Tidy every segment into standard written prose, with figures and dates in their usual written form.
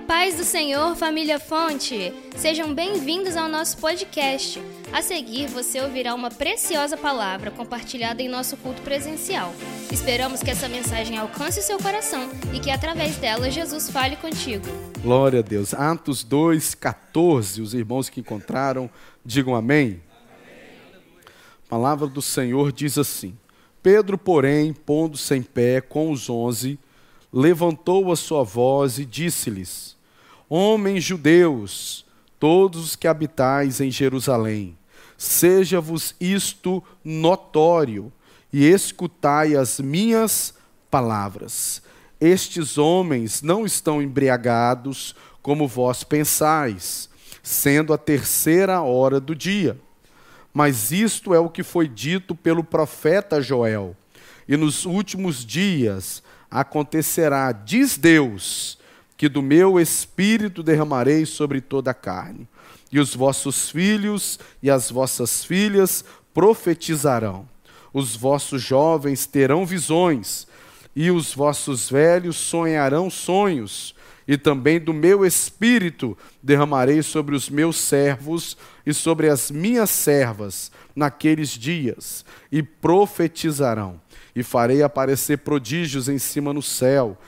Paz do Senhor, família Fonte! Sejam bem-vindos ao nosso podcast. A seguir, você ouvirá uma preciosa palavra compartilhada em nosso culto presencial. Esperamos que essa mensagem alcance o seu coração e que, através dela, Jesus fale contigo. Glória a Deus. Atos 2:14, os irmãos que encontraram, digam amém. A palavra do Senhor diz assim: Pedro, porém, pondo-se em pé com os 11, levantou a sua voz e disse-lhes: Homens judeus, todos os que habitais em Jerusalém, seja-vos isto notório, e escutai as minhas palavras. Estes homens não estão embriagados, como vós pensais, sendo a 3ª hora do dia. Mas isto é o que foi dito pelo profeta Joel. E nos últimos dias acontecerá, diz Deus, que do meu espírito derramarei sobre toda a carne. E os vossos filhos e as vossas filhas profetizarão. Os vossos jovens terão visões, e os vossos velhos sonharão sonhos. E também do meu espírito derramarei sobre os meus servos e sobre as minhas servas naqueles dias, e profetizarão. E farei aparecer prodígios em cima no céu.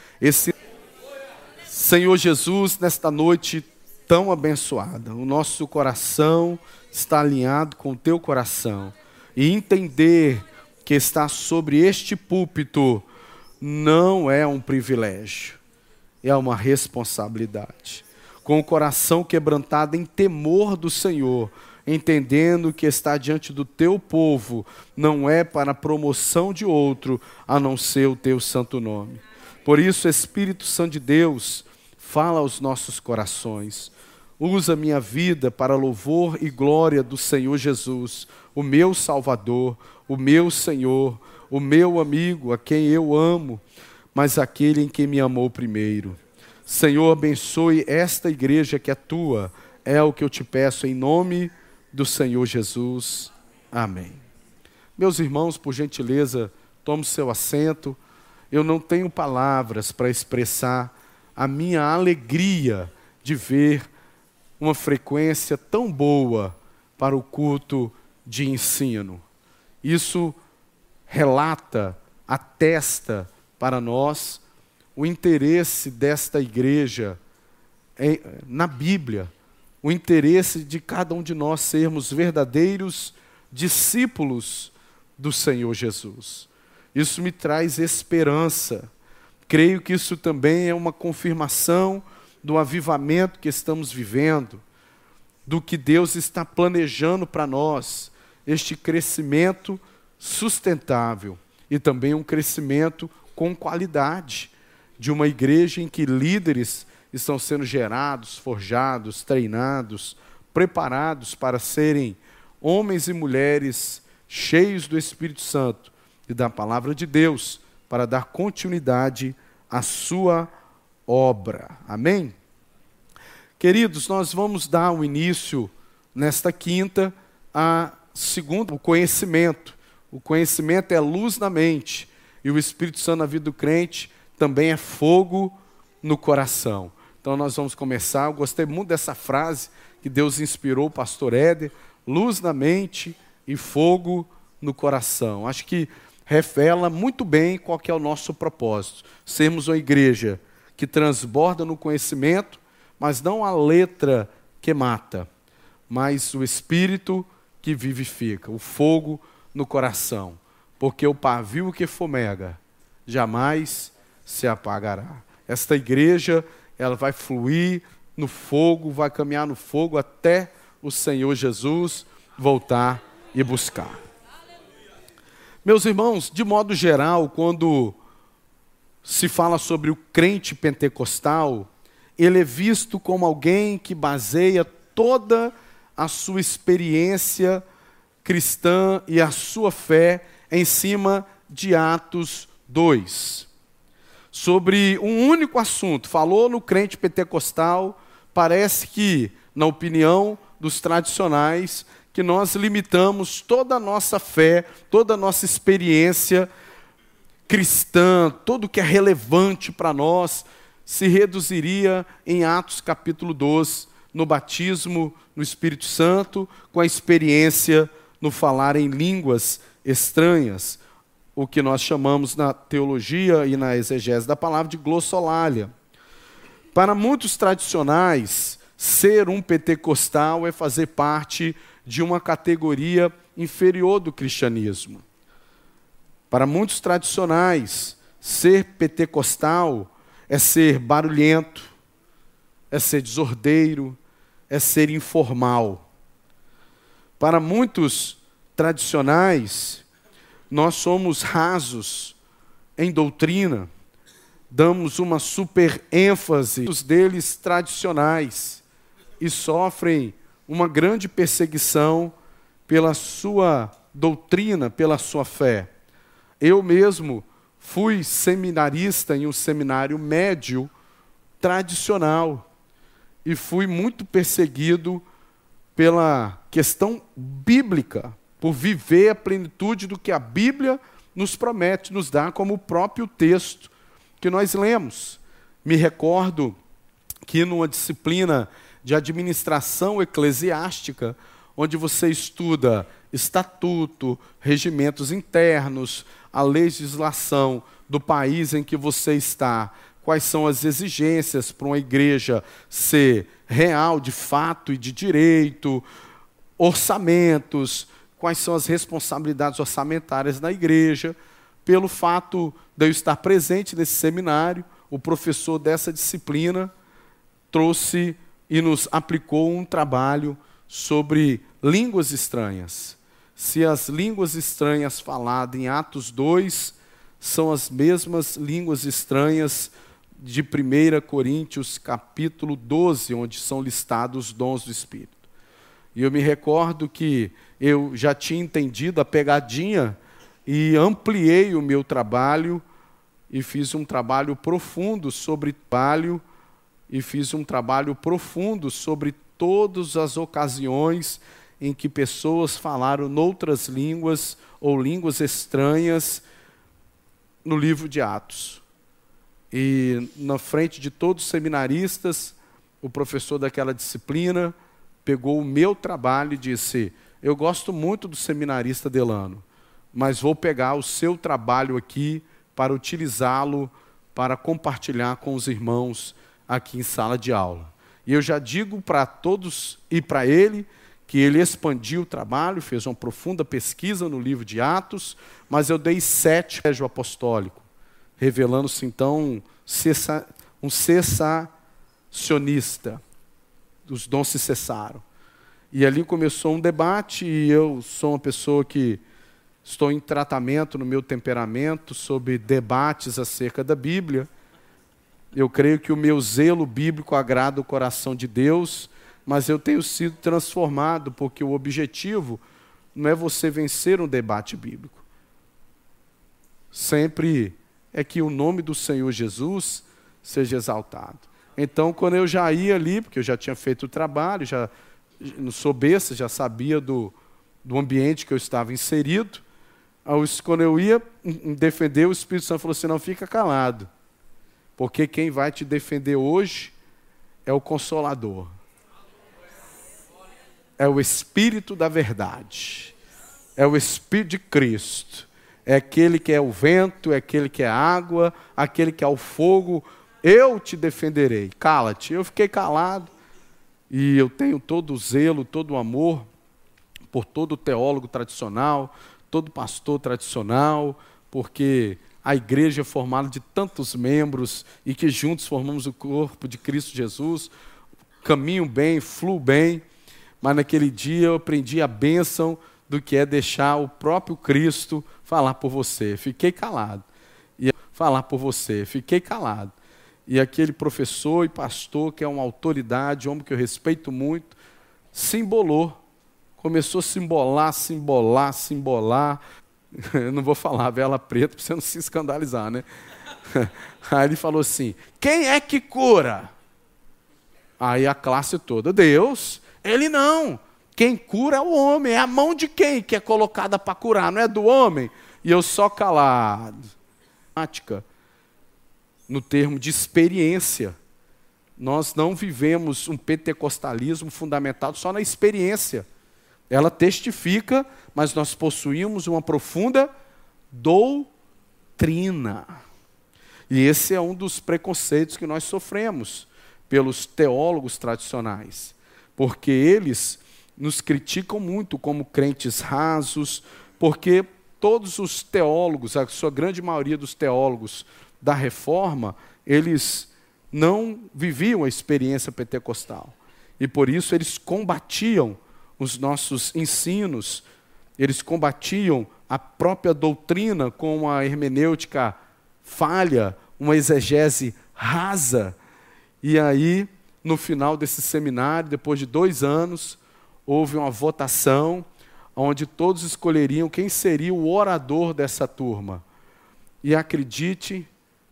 Senhor Jesus, nesta noite tão abençoada, o nosso coração está alinhado com o teu coração. E entender que estar sobre este púlpito não é um privilégio, é uma responsabilidade. Com o coração quebrantado em temor do Senhor, entendendo que estar diante do teu povo não é para a promoção de outro, a não ser o teu santo nome. Por isso, Espírito Santo de Deus, fala aos nossos corações. Usa minha vida para louvor e glória do Senhor Jesus, o meu Salvador, o meu Senhor, o meu amigo, a quem eu amo, mas aquele em quem me amou primeiro. Senhor, abençoe esta igreja que é tua, é o que eu te peço em nome do Senhor Jesus. Amém. Meus irmãos, por gentileza, tome seu assento. Eu não tenho palavras para expressar a minha alegria de ver uma frequência tão boa para o culto de ensino. Isso relata, atesta para nós o interesse desta igreja na Bíblia, o interesse de cada um de nós sermos verdadeiros discípulos do Senhor Jesus. Isso me traz esperança. Creio que isso também é uma confirmação do avivamento que estamos vivendo, do que Deus está planejando para nós, este crescimento sustentável e também um crescimento com qualidade, de uma igreja em que líderes estão sendo gerados, forjados, treinados, preparados para serem homens e mulheres cheios do Espírito Santo e da palavra de Deus, para dar continuidade à sua obra. Amém? Queridos, nós vamos dar o início, nesta quinta, a segundo, o conhecimento. O conhecimento é luz na mente, e o Espírito Santo na vida do crente também é fogo no coração. Então nós vamos começar. Eu gostei muito dessa frase que Deus inspirou o pastor Éder: luz na mente e fogo no coração. Acho que revela muito bem qual que é o nosso propósito. Sermos uma igreja que transborda no conhecimento, mas não a letra que mata, mas o Espírito que vivifica, o fogo no coração. Porque o pavio que fumega jamais se apagará. Esta igreja, ela vai fluir no fogo, vai caminhar no fogo até o Senhor Jesus voltar e buscar. Meus irmãos, de modo geral, quando se fala sobre o crente pentecostal, ele é visto como alguém que baseia toda a sua experiência cristã e a sua fé em cima de Atos 2. Sobre um único assunto, falou no crente pentecostal, parece que, na opinião dos tradicionais, que nós limitamos toda a nossa fé, toda a nossa experiência cristã, tudo que é relevante para nós, se reduziria em Atos capítulo 12, no batismo no Espírito Santo, com a experiência no falar em línguas estranhas, o que nós chamamos na teologia e na exegese da palavra de glossolalia. Para muitos tradicionais, ser um pentecostal é fazer parte de uma categoria inferior do cristianismo. Para muitos tradicionais, ser pentecostal é ser barulhento, é ser desordeiro, é ser informal. Para muitos tradicionais, nós somos rasos em doutrina, damos uma super ênfase aos deles tradicionais e sofrem uma grande perseguição pela sua doutrina, pela sua fé. Eu mesmo fui seminarista em um seminário médio tradicional e fui muito perseguido pela questão bíblica, por viver a plenitude do que a Bíblia nos promete, nos dá como o próprio texto que nós lemos. Me recordo que numa disciplina de administração eclesiástica, onde você estuda estatuto, regimentos internos, a legislação do país em que você está, quais são as exigências para uma igreja ser real, de fato e de direito, orçamentos, quais são as responsabilidades orçamentárias da igreja. Pelo fato de eu estar presente nesse seminário, o professor dessa disciplina trouxe e nos aplicou um trabalho sobre línguas estranhas. Se as línguas estranhas faladas em Atos 2 são as mesmas línguas estranhas de 1 Coríntios capítulo 12, onde são listados os dons do Espírito. E eu me recordo que eu já tinha entendido a pegadinha e ampliei o meu trabalho e fiz um trabalho profundo sobre trabalho e fiz um trabalho profundo sobre todas as ocasiões em que pessoas falaram noutras línguas ou línguas estranhas no livro de Atos. E na frente de todos os seminaristas, o professor daquela disciplina pegou o meu trabalho e disse: eu gosto muito do seminarista Delano, mas vou pegar o seu trabalho aqui para utilizá-lo, para compartilhar com os irmãos aqui em sala de aula. E eu já digo para todos e para ele que ele expandiu o trabalho, fez uma profunda pesquisa no livro de Atos, mas eu dei 7 colégio apostólico, revelando-se então um cessacionista. Os dons se cessaram. E ali começou um debate, e eu sou uma pessoa que estou em tratamento no meu temperamento sobre debates acerca da Bíblia. Eu creio que o meu zelo bíblico agrada o coração de Deus, mas eu tenho sido transformado, porque o objetivo não é você vencer um debate bíblico. Sempre é que o nome do Senhor Jesus seja exaltado. Então, quando eu já ia ali, porque eu já tinha feito o trabalho, já não sou besta, já sabia do ambiente que eu estava inserido, quando eu ia defender, o Espírito Santo falou assim: não, fica calado, porque quem vai te defender hoje é o Consolador. É o Espírito da verdade. É o Espírito de Cristo. É aquele que é o vento, é aquele que é a água, aquele que é o fogo. Eu te defenderei. Cala-te. Eu fiquei calado. E eu tenho todo o zelo, todo o amor por todo teólogo tradicional, todo pastor tradicional, porque a igreja é formada de tantos membros e que juntos formamos o corpo de Cristo Jesus. Caminho bem, fluo bem. Mas naquele dia eu aprendi a bênção do que é deixar o próprio Cristo falar por você. Fiquei calado. E falar por você. Fiquei calado. E aquele professor e pastor, que é uma autoridade, homem que eu respeito muito, se embolou. Começou a se embolar. Eu não vou falar vela preta para você não se escandalizar, né? Aí ele falou assim: quem é que cura? Aí a classe toda: Deus. Ele não. Quem cura é o homem. É a mão de quem que é colocada para curar? Não é do homem? E eu só calado. no termo de experiência. Nós não vivemos um pentecostalismo fundamentado só na experiência. Ela testifica, mas nós possuímos uma profunda doutrina. E esse é um dos preconceitos que nós sofremos pelos teólogos tradicionais, porque eles nos criticam muito como crentes rasos, porque todos os teólogos, a sua grande maioria dos teólogos da Reforma, eles não viviam a experiência pentecostal. E por isso eles combatiam os nossos ensinos, eles combatiam a própria doutrina com uma hermenêutica falha, uma exegese rasa. E aí, no final desse seminário, depois de 2 anos, houve uma votação onde todos escolheriam quem seria o orador dessa turma. E acredite,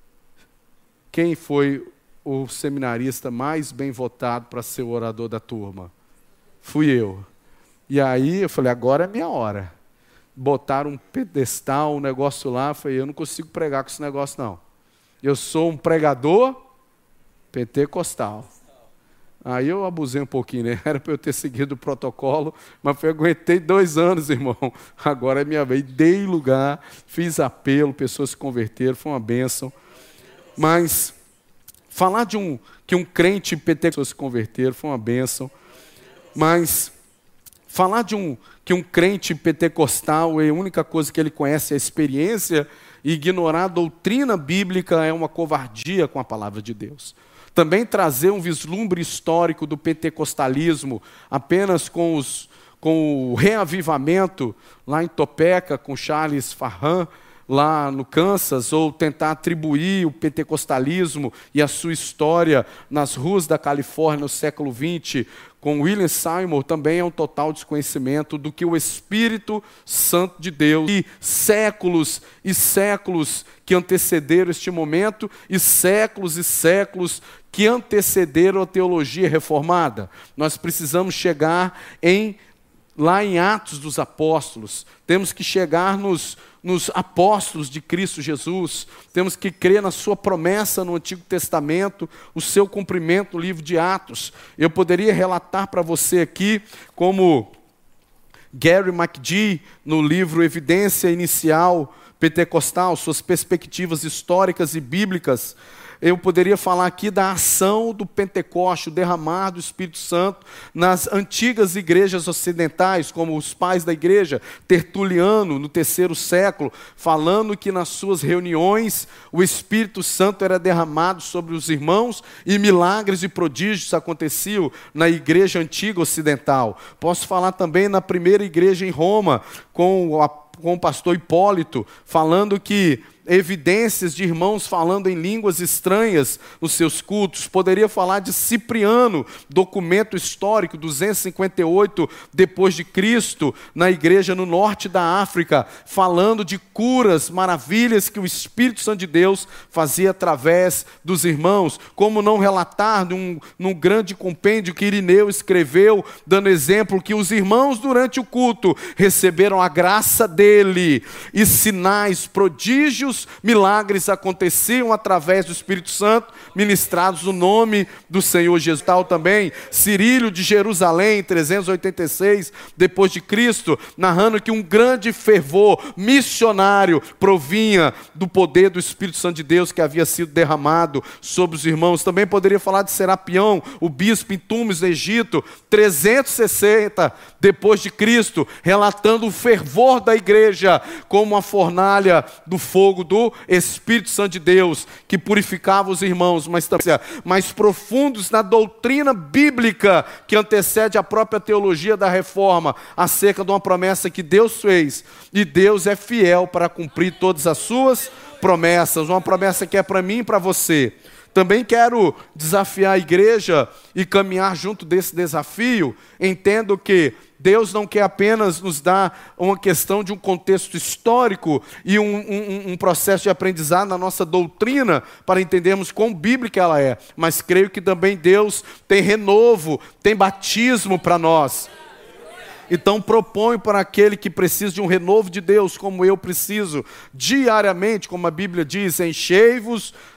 quem foi o seminarista mais bem votado para ser o orador da turma? Fui eu. E aí eu falei, agora é minha hora. Botaram um pedestal, um negócio lá, eu falei, eu não consigo pregar com esse negócio não. Eu sou um pregador pentecostal. Aí eu abusei um pouquinho, né? Era para eu ter seguido o protocolo, mas eu aguentei 2 anos, irmão. Agora é minha vez. Dei lugar, fiz apelo, pessoas se converteram, foi uma bênção. Mas falar que um crente pentecostal se converteram foi uma bênção. Mas falar que um crente pentecostal, a única coisa que ele conhece é a experiência, e ignorar a doutrina bíblica é uma covardia com a palavra de Deus. Também trazer um vislumbre histórico do pentecostalismo apenas com o reavivamento lá em Topeka, com Charles Farran, lá no Kansas, ou tentar atribuir o pentecostalismo e a sua história nas ruas da Califórnia no século XX, com William Seymour, também é um total desconhecimento do que o Espírito Santo de Deus, e séculos que antecederam este momento, e séculos que antecederam a teologia reformada. Nós precisamos chegar lá em Atos dos Apóstolos, temos que chegar nos apóstolos de Cristo Jesus, temos que crer na sua promessa no Antigo Testamento, o seu cumprimento no livro de Atos. Eu poderia relatar para você aqui como Gary McGee, no livro Evidência Inicial Pentecostal, suas perspectivas históricas e bíblicas. Eu poderia falar aqui da ação do Pentecoste, o derramar do Espírito Santo nas antigas igrejas ocidentais, como os pais da igreja, Tertuliano, no 3º século, falando que nas suas reuniões o Espírito Santo era derramado sobre os irmãos e milagres e prodígios aconteciam na igreja antiga ocidental. Posso falar também na primeira igreja em Roma, com o pastor Hipólito, falando que evidências de irmãos falando em línguas estranhas nos seus cultos. Poderia falar de Cipriano, documento histórico, 258 depois de Cristo, na igreja no norte da África, falando de curas, maravilhas que o Espírito Santo de Deus fazia através dos irmãos. Como não relatar num grande compêndio que Irineu escreveu, dando exemplo que os irmãos durante o culto receberam a graça dele, e sinais, prodígios, milagres aconteciam através do Espírito Santo, ministrados no nome do Senhor Jesus. Tal também Cirílio de Jerusalém, 386 depois de Cristo, narrando que um grande fervor missionário provinha do poder do Espírito Santo de Deus que havia sido derramado sobre os irmãos. Também poderia falar de Serapião, o bispo em Tunis, no Egito, 360 depois de Cristo, relatando o fervor da igreja como uma fornalha do fogo do Espírito Santo de Deus, que purificava os irmãos, mas também mais profundos na doutrina bíblica que antecede a própria teologia da reforma, acerca de uma promessa que Deus fez, e Deus é fiel para cumprir todas as suas promessas, uma promessa que é para mim e para você. Também quero desafiar a igreja e caminhar junto desse desafio. Entendo que Deus não quer apenas nos dar uma questão de um contexto histórico e um processo de aprendizado na nossa doutrina para entendermos quão bíblica ela é, mas creio que também Deus tem renovo, tem batismo para nós. Então proponho para aquele que precisa de um renovo de Deus, como eu preciso, diariamente, como a Bíblia diz, enchei-vos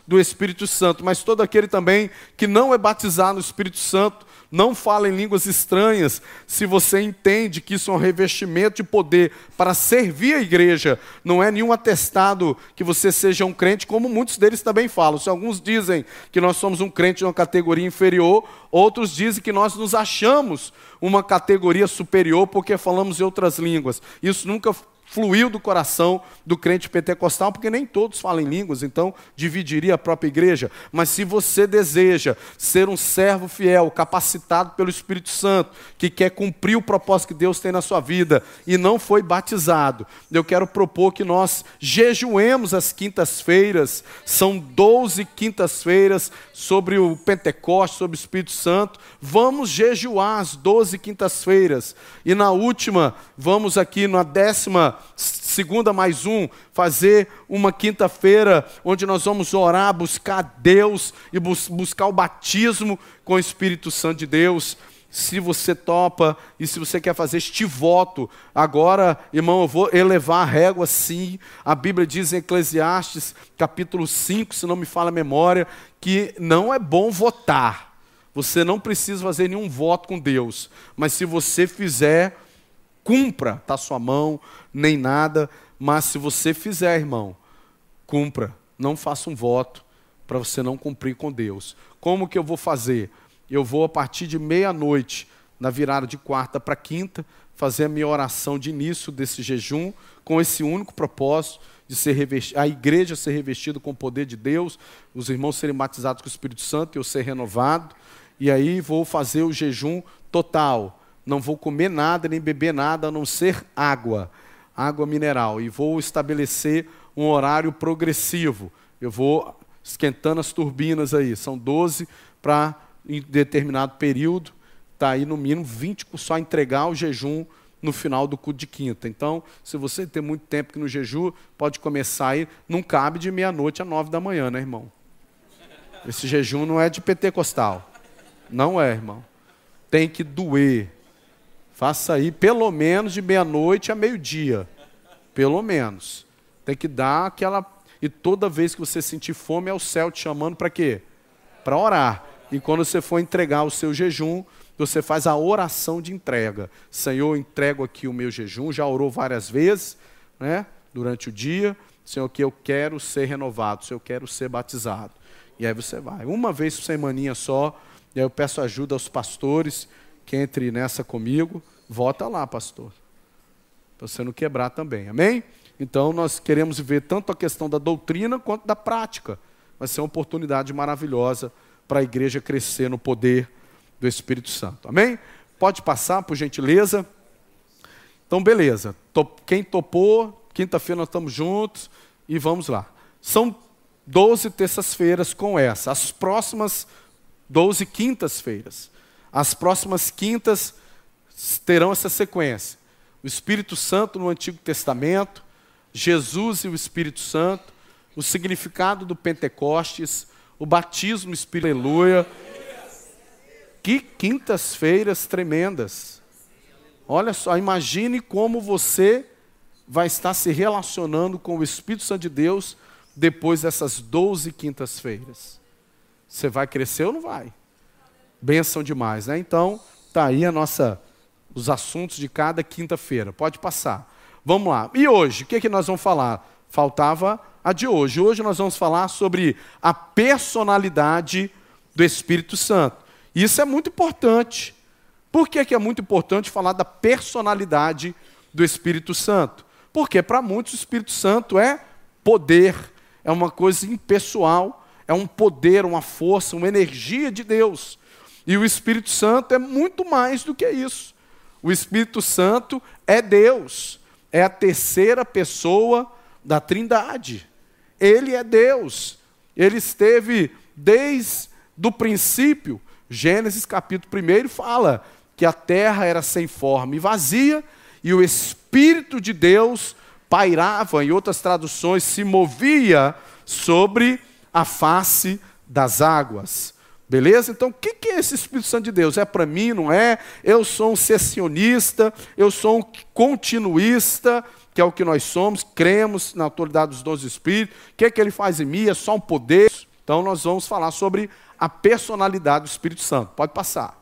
do Espírito Santo, mas todo aquele também que não é batizado no Espírito Santo, não fala em línguas estranhas, se você entende que isso é um revestimento de poder para servir a igreja, não é nenhum atestado que você seja um crente, como muitos deles também falam. Se alguns dizem que nós somos um crente de uma categoria inferior, outros dizem que nós nos achamos uma categoria superior porque falamos em outras línguas. Isso nunca fluiu do coração do crente pentecostal, porque nem todos falam em línguas, então dividiria a própria igreja. Mas se você deseja ser um servo fiel, capacitado pelo Espírito Santo, que quer cumprir o propósito que Deus tem na sua vida e não foi batizado, eu quero propor que nós jejuemos as quintas-feiras. São 12 quintas-feiras sobre o Pentecostes, sobre o Espírito Santo. Vamos jejuar as 12 quintas-feiras. E na última, vamos aqui na 10ª segunda mais um, fazer uma quinta-feira onde nós vamos orar, buscar Deus e buscar o batismo com o Espírito Santo de Deus. Se você topa e se você quer fazer este voto, agora, irmão, eu vou elevar a régua sim. A Bíblia diz em Eclesiastes, capítulo 5, se não me falha a memória, que não é bom votar. Você não precisa fazer nenhum voto com Deus, mas se você fizer, cumpra, está a sua mão, nem nada, mas se você fizer, irmão, cumpra, não faça um voto para você não cumprir com Deus. Como que eu vou fazer? Eu vou a partir de meia-noite, na virada de quarta para quinta, fazer a minha oração de início desse jejum, com esse único propósito de ser a igreja ser revestida com o poder de Deus, os irmãos serem batizados com o Espírito Santo e eu ser renovado, e aí vou fazer o jejum total. Não vou comer nada, nem beber nada, a não ser água mineral. E vou estabelecer um horário progressivo. Eu vou esquentando as turbinas aí. São 12 para, em determinado período, está aí no mínimo 20, só entregar o jejum no final do culto de quinta. Então, se você tem muito tempo que no jejum, pode começar aí, não cabe de meia-noite a 9 da manhã, né, irmão? Esse jejum não é de pentecostal. Não é, irmão. Tem que doer. Faça aí pelo menos de meia-noite a meio-dia. Pelo menos. Tem que dar aquela... E toda vez que você sentir fome, é o céu te chamando para quê? Para orar. E quando você for entregar o seu jejum, você faz a oração de entrega. Senhor, entrego aqui o meu jejum. Já orou várias vezes, né? Durante o dia. Senhor, que eu quero ser renovado. Senhor, eu quero ser batizado. E aí você vai. Uma vez por semaninha só. E aí eu peço ajuda aos pastores que entre nessa comigo, volta lá, pastor, para você não quebrar também, amém? Então nós queremos ver tanto a questão da doutrina quanto da prática. Vai ser uma oportunidade maravilhosa para a igreja crescer no poder do Espírito Santo, amém? Pode passar, por gentileza. Então beleza, quem topou, quinta-feira nós estamos juntos e vamos lá. São 12 terças-feiras com essa, as próximas 12 quintas-feiras. As próximas quintas terão essa sequência. O Espírito Santo no Antigo Testamento, Jesus e o Espírito Santo, o significado do Pentecostes, o batismo espiritual, aleluia. Que quintas-feiras tremendas. Olha só, imagine como você vai estar se relacionando com o Espírito Santo de Deus depois dessas 12 quintas-feiras. Você vai crescer ou não vai? Bênção demais, né? Então, está aí os assuntos de cada quinta-feira. Pode passar. Vamos lá. E hoje, o que nós vamos falar? Faltava a de hoje. Hoje nós vamos falar sobre a personalidade do Espírito Santo. Isso é muito importante. Por que é muito importante falar da personalidade do Espírito Santo? Porque para muitos o Espírito Santo é poder, é uma coisa impessoal, é um poder, uma força, uma energia de Deus. E o Espírito Santo é muito mais do que isso. O Espírito Santo é Deus, é a terceira pessoa da Trindade. Ele é Deus. Ele esteve desde o princípio. Gênesis capítulo 1 fala que a terra era sem forma e vazia, e o Espírito de Deus pairava, em outras traduções, se movia sobre a face das águas. Beleza? Então, o que é esse Espírito Santo de Deus? É para mim, não é? Eu sou um cessionista, eu sou um continuista, que é o que nós somos, cremos na autoridade dos dons do Espírito. O que ele faz em mim? É só um poder. Então nós vamos falar sobre a personalidade do Espírito Santo. Pode passar.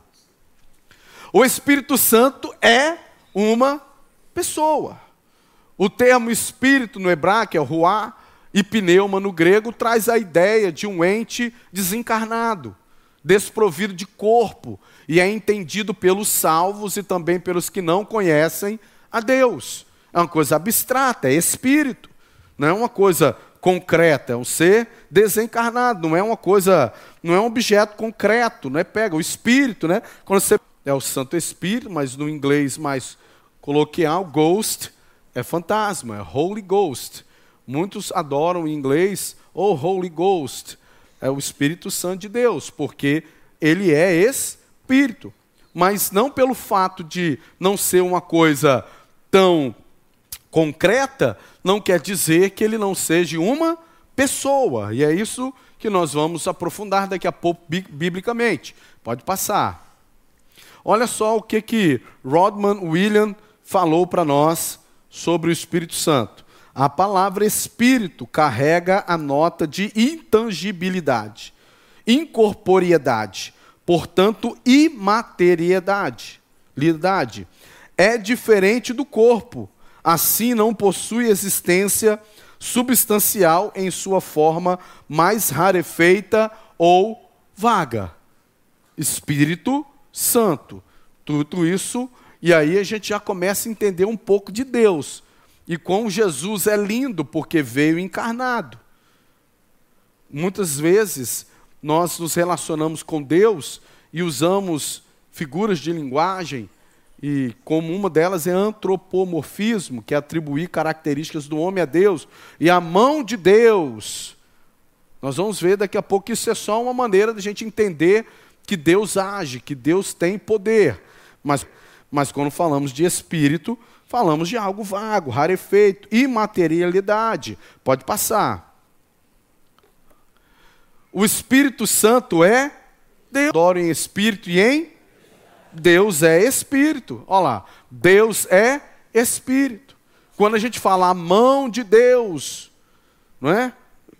O Espírito Santo é uma pessoa. O termo espírito no hebraico é ruá, e pneuma no grego traz a ideia de um ente desencarnado, desprovido de corpo, e é entendido pelos salvos e também pelos que não conhecem a Deus. É uma coisa abstrata, é espírito, não é uma coisa concreta, é um ser desencarnado, não é uma coisa, não é um objeto concreto, não é pega o espírito, né? Quando você é o Santo Espírito, mas no inglês mais coloquial, ghost é fantasma, é Holy Ghost. Muitos adoram em inglês, Holy Ghost, é o Espírito Santo de Deus, porque ele é espírito. Mas não pelo fato de não ser uma coisa tão concreta, não quer dizer que ele não seja uma pessoa. E é isso que nós vamos aprofundar daqui a pouco biblicamente. Pode passar. Olha só o que Rodman William falou para nós sobre o Espírito Santo. A palavra Espírito carrega a nota de intangibilidade, incorporeidade, portanto, imaterialidade. É diferente do corpo, assim não possui existência substancial em sua forma mais rarefeita ou vaga. Espírito Santo, tudo isso. E aí a gente já começa a entender um pouco de Deus. E como Jesus é lindo, porque veio encarnado. Muitas vezes nós nos relacionamos com Deus e usamos figuras de linguagem, e como uma delas é antropomorfismo, que é atribuir características do homem a Deus. E a mão de Deus, nós vamos ver daqui a pouco que isso é só uma maneira de a gente entender que Deus age, que Deus tem poder. Mas quando falamos de espírito, falamos de algo vago, rarefeito, imaterialidade. Pode passar. O Espírito Santo é Deus. Adoro em espírito e em Deus é espírito. Olha lá, Deus é espírito. Quando a gente fala a mão de Deus, não é?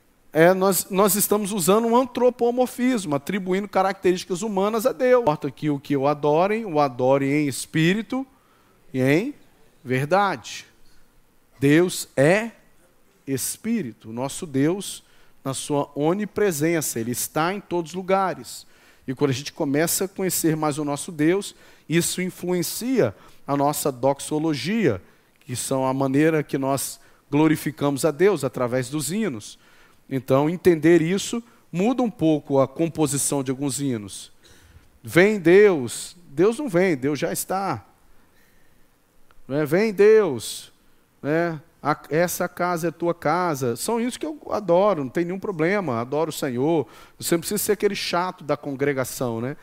Nós estamos usando um antropomorfismo, atribuindo características humanas a Deus. Importa que o que o adorem em espírito e em verdade. Deus é espírito. O nosso Deus, na sua onipresença, ele está em todos os lugares. E quando a gente começa a conhecer mais o nosso Deus, isso influencia a nossa doxologia, que são a maneira que nós glorificamos a Deus através dos hinos. Então, entender isso muda um pouco a composição de alguns hinos. Vem Deus, Deus não vem, Deus já está. Não é? Vem Deus, né? Essa casa é tua casa. São hinos que eu adoro, não tem nenhum problema, adoro o Senhor. Você não precisa ser aquele chato da congregação, né?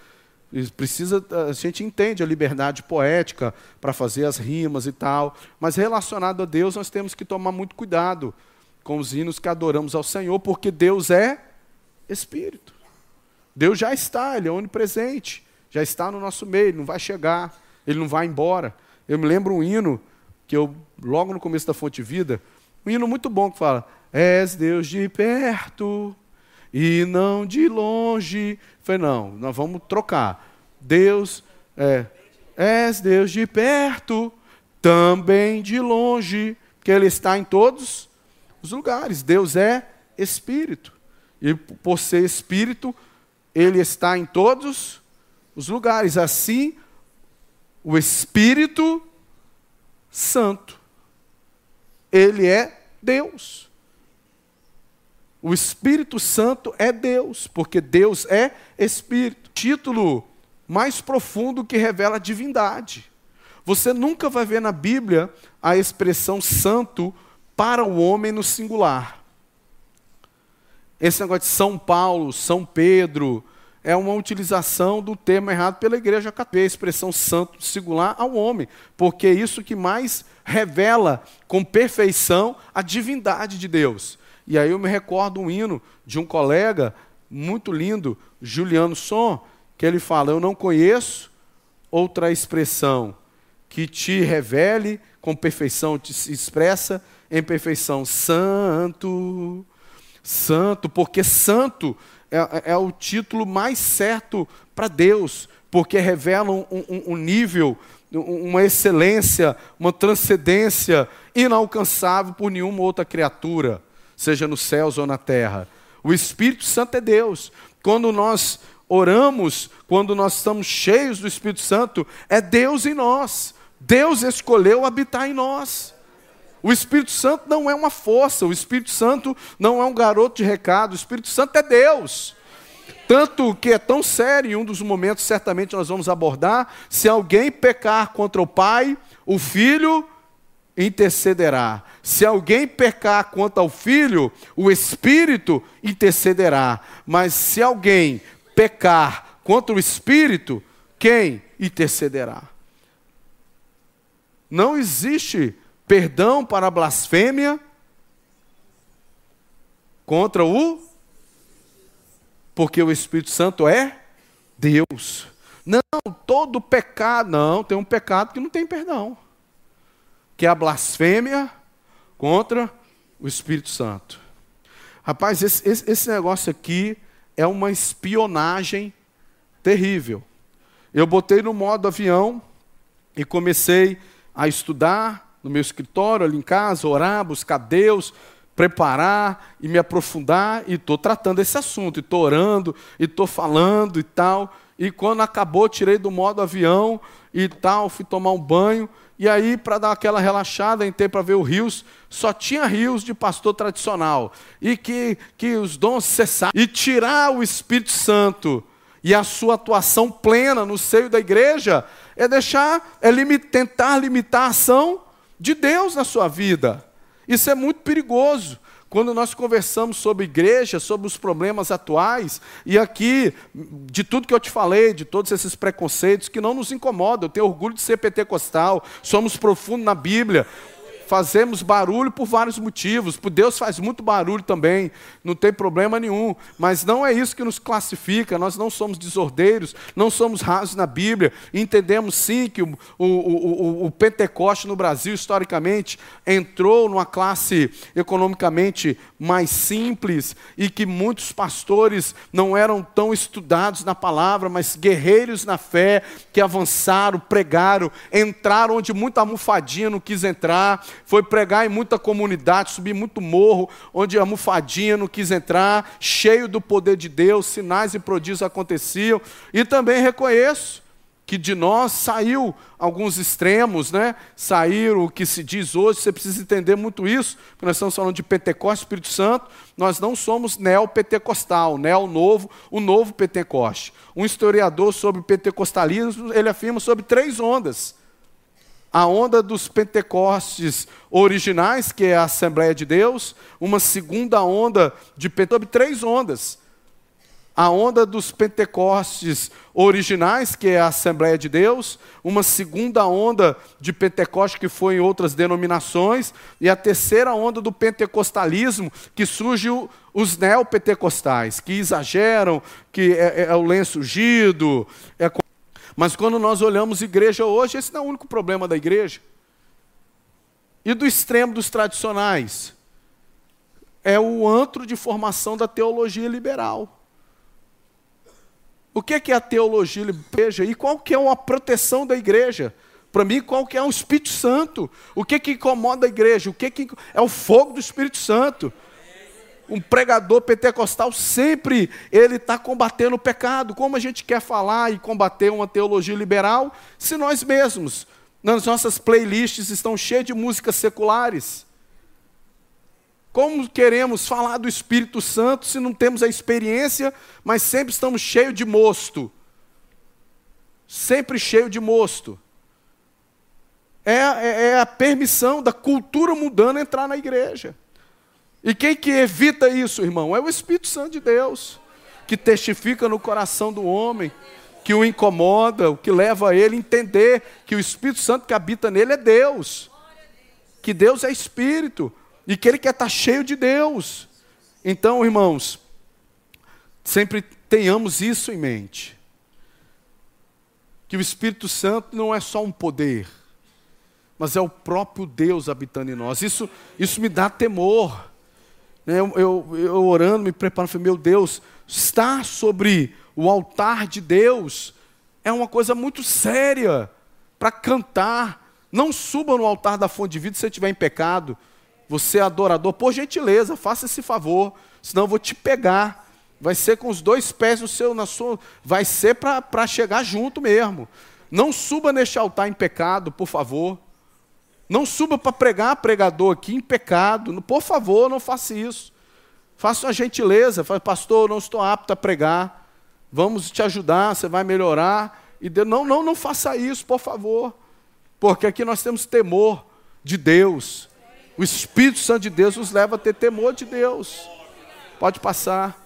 A gente entende a liberdade poética para fazer as rimas e tal, mas relacionado a Deus nós temos que tomar muito cuidado com os hinos que adoramos ao Senhor, porque Deus é Espírito. Deus já está, Ele é onipresente, já está no nosso meio, Ele não vai chegar, Ele não vai embora. Eu me lembro um hino, que eu, logo no começo da Fonte Vida, um hino muito bom que fala: és Deus de perto e não de longe. Eu falei, não, nós vamos trocar. Deus, és Deus de perto, também de longe, porque Ele está em todos os lugares. Deus é Espírito. E por ser Espírito, Ele está em todos os lugares. Assim, o Espírito Santo, Ele é Deus. O Espírito Santo é Deus, porque Deus é Espírito. Título mais profundo que revela a divindade. Você nunca vai ver na Bíblia a expressão santo para o homem no singular. Esse negócio de São Paulo, São Pedro, é uma utilização do termo errado pela igreja católica, a expressão santo singular ao homem, porque é isso que mais revela com perfeição a divindade de Deus. E aí eu me recordo um hino de um colega muito lindo, Juliano Som, que ele fala: eu não conheço outra expressão que te revele com perfeição, te expressa em perfeição. Santo, Santo, porque santo é o título mais certo para Deus, porque revela um nível, uma excelência, uma transcendência inalcançável por nenhuma outra criatura, seja nos céus ou na terra. O Espírito Santo é Deus. Quando nós oramos, quando nós estamos cheios do Espírito Santo, é Deus em nós. Deus escolheu habitar em nós. O Espírito Santo não é uma força, o Espírito Santo não é um garoto de recado, o Espírito Santo é Deus. Tanto que é tão sério, em um dos momentos certamente nós vamos abordar, se alguém pecar contra o Pai, o Filho intercederá. Se alguém pecar contra o Filho, o Espírito intercederá. Mas se alguém pecar contra o Espírito, quem intercederá? Não existe perdão para a blasfêmia contra porque o Espírito Santo é Deus. Não, todo pecado, não, tem um pecado que não tem perdão, que é a blasfêmia contra o Espírito Santo. Rapaz, esse negócio aqui é uma espionagem terrível. Eu botei no modo avião e comecei a estudar no meu escritório, ali em casa, orar, buscar Deus, preparar e me aprofundar, e estou tratando esse assunto, e estou orando, e estou falando e tal. E quando acabou, tirei do modo avião e tal, fui tomar um banho, e aí, para dar aquela relaxada, entrei para ver o rios, só tinha rios de pastor tradicional, e que os dons cessaram, e tirar o Espírito Santo e a sua atuação plena no seio da igreja, tentar limitar a ação de Deus na sua vida. Isso é muito perigoso. Quando nós conversamos sobre igreja, sobre os problemas atuais, e aqui, de tudo que eu te falei, de todos esses preconceitos que não nos incomodam, eu tenho orgulho de ser pentecostal, somos profundos na Bíblia, fazemos barulho por vários motivos, por Deus faz muito barulho também, não tem problema nenhum, mas não é isso que nos classifica, nós não somos desordeiros, não somos rasos na Bíblia, entendemos sim que o Pentecoste no Brasil, historicamente, entrou numa classe economicamente mais simples, e que muitos pastores não eram tão estudados na palavra, mas guerreiros na fé, que avançaram, pregaram, entraram onde muita almofadinha não quis entrar, foi pregar em muita comunidade, subir muito morro, onde a almofadinha não quis entrar, cheio do poder de Deus, sinais e prodígios aconteciam. E também reconheço que de nós saiu alguns extremos, né? Saiu o que se diz hoje, você precisa entender muito isso, porque nós estamos falando de Pentecostes, Espírito Santo, nós não somos neopentecostal, neo-novo, o novo Pentecoste. Um historiador sobre pentecostalismo, ele afirma sobre 3 ondas. A onda dos Pentecostes originais, que é a Assembleia de Deus, uma segunda onda de Pentecostes, 3 ondas. A onda dos Pentecostes originais, que é a Assembleia de Deus, uma segunda onda de Pentecostes, que foi em outras denominações, e a terceira onda do pentecostalismo, que surge os neopentecostais, que exageram, que é o lenço ungido. Mas quando nós olhamos igreja hoje, esse não é o único problema da igreja. E do extremo dos tradicionais, é o antro de formação da teologia liberal. O que é a teologia da igreja? E qual que é a proteção da igreja? Para mim, qual que é o Espírito Santo? O que incomoda a igreja? O que é o fogo do Espírito Santo? Um pregador pentecostal sempre ele está combatendo o pecado. Como a gente quer falar e combater uma teologia liberal se nós mesmos, nas nossas playlists, estão cheias de músicas seculares? Como queremos falar do Espírito Santo se não temos a experiência, mas sempre estamos cheios de mosto? Sempre cheio de mosto. É a permissão da cultura mundana entrar na igreja. E quem que evita isso, irmão? É o Espírito Santo de Deus, que testifica no coração do homem, que o incomoda, o que leva a ele a entender que o Espírito Santo que habita nele é Deus, que Deus é Espírito, e que ele quer estar cheio de Deus. Então, irmãos, sempre tenhamos isso em mente, que o Espírito Santo não é só um poder, mas é o próprio Deus habitando em nós. Isso me dá temor. Eu orando, me preparando, falei, meu Deus, estar sobre o altar de Deus é uma coisa muito séria para cantar. Não suba no altar da fonte de vida se você estiver em pecado. Você é adorador, por gentileza, faça esse favor, senão eu vou te pegar. Vai ser com os 2 pés vai ser para chegar junto mesmo. Não suba neste altar em pecado, por favor. Não suba para pregador aqui em pecado. Por favor, não faça isso. Faça uma gentileza. Fale, pastor, eu não estou apto a pregar. Vamos te ajudar, você vai melhorar. Não faça isso, por favor. Porque aqui nós temos temor de Deus. O Espírito Santo de Deus nos leva a ter temor de Deus. Pode passar.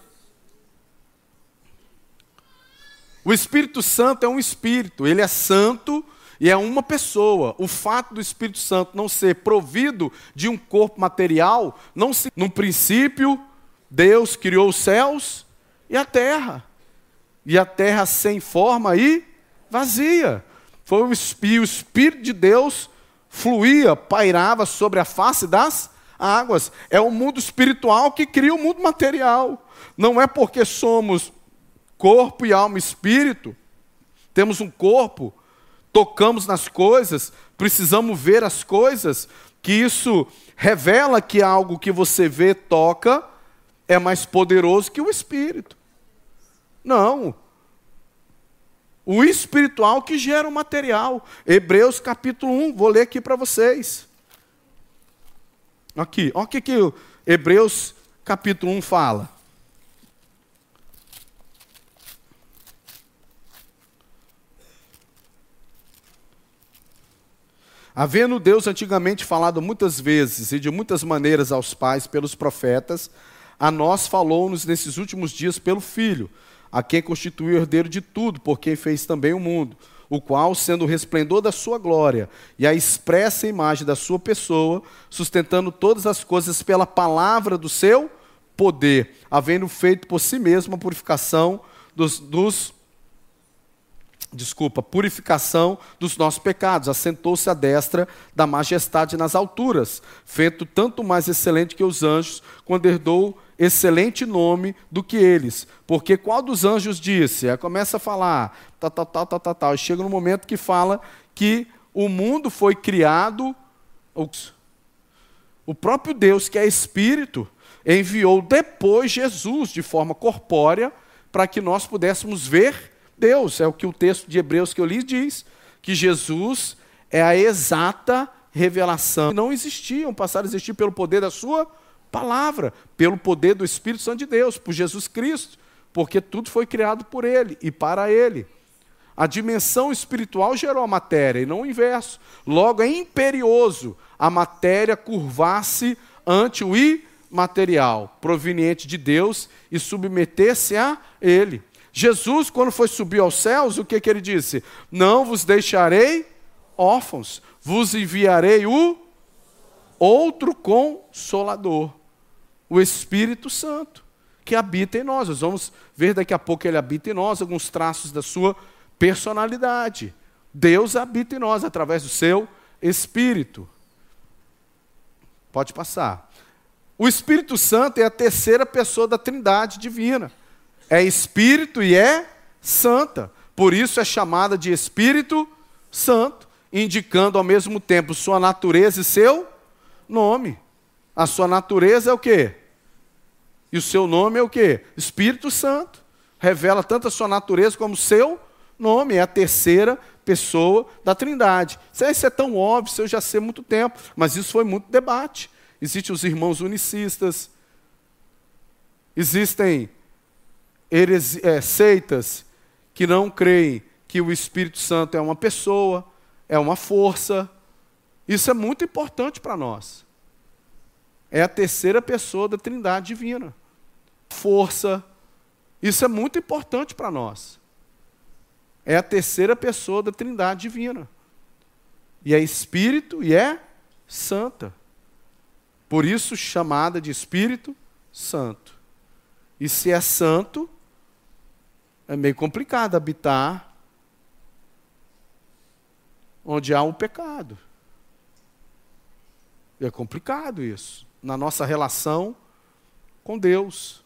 O Espírito Santo é um espírito, ele é santo e é uma pessoa. O fato do Espírito Santo não ser provido de um corpo material, no princípio, Deus criou os céus e a terra sem forma e vazia. Foi o Espírito de Deus fluía, pairava sobre a face das águas. É o mundo espiritual que cria o mundo material. Não é porque somos corpo e alma e espírito, temos um corpo, tocamos nas coisas, precisamos ver as coisas, que isso revela que algo que você vê, toca, é mais poderoso que o espírito. Não. O espiritual que gera o material. Hebreus capítulo 1, vou ler aqui para vocês. Aqui, olha o que Hebreus capítulo 1 fala. Havendo Deus antigamente falado muitas vezes e de muitas maneiras aos pais pelos profetas, a nós falou-nos nesses últimos dias pelo Filho, a quem constituiu o herdeiro de tudo, por quem fez também o mundo, o qual, sendo o resplendor da sua glória e a expressa imagem da sua pessoa, sustentando todas as coisas pela palavra do seu poder, havendo feito por si mesmo a purificação purificação dos nossos pecados, assentou-se à destra da majestade nas alturas, feito tanto mais excelente que os anjos, quando herdou excelente nome do que eles. Porque qual dos anjos disse? Aí começa a falar, tal. Chega no momento que fala que o mundo foi criado, o próprio Deus, que é Espírito, enviou depois Jesus de forma corpórea para que nós pudéssemos ver Deus. É o que o texto de Hebreus que eu li diz, que Jesus é a exata revelação. Não existiam, passaram a existir pelo poder da sua palavra, pelo poder do Espírito Santo de Deus, por Jesus Cristo, porque tudo foi criado por Ele e para Ele. A dimensão espiritual gerou a matéria e não o inverso. Logo, é imperioso a matéria curvar-se ante o imaterial, proveniente de Deus, e submeter-se a Ele. Jesus, quando foi subir aos céus, o que ele disse? Não vos deixarei órfãos, vos enviarei o outro Consolador, o Espírito Santo, que habita em nós. Nós vamos ver daqui a pouco que ele habita em nós, alguns traços da sua personalidade. Deus habita em nós através do seu Espírito. Pode passar. O Espírito Santo é a terceira pessoa da Trindade divina. É Espírito e é Santa. Por isso é chamada de Espírito Santo, indicando ao mesmo tempo sua natureza e seu nome. A sua natureza é o quê? E o seu nome é o quê? Espírito Santo. Revela tanto a sua natureza como o seu nome. É a terceira pessoa da Trindade. Isso é tão óbvio, isso eu já sei há muito tempo, mas isso foi muito debate. Existem os irmãos unicistas, existem seitas que não creem que o Espírito Santo é uma pessoa, é uma força. Isso é muito importante para nós. É a terceira pessoa da Trindade divina. Força. Isso é muito importante para nós. É a terceira pessoa da Trindade divina. E é Espírito e é Santa. Por isso chamada de Espírito Santo. E se é santo, é meio complicado habitar onde há um pecado. É complicado isso. Na nossa relação com Deus.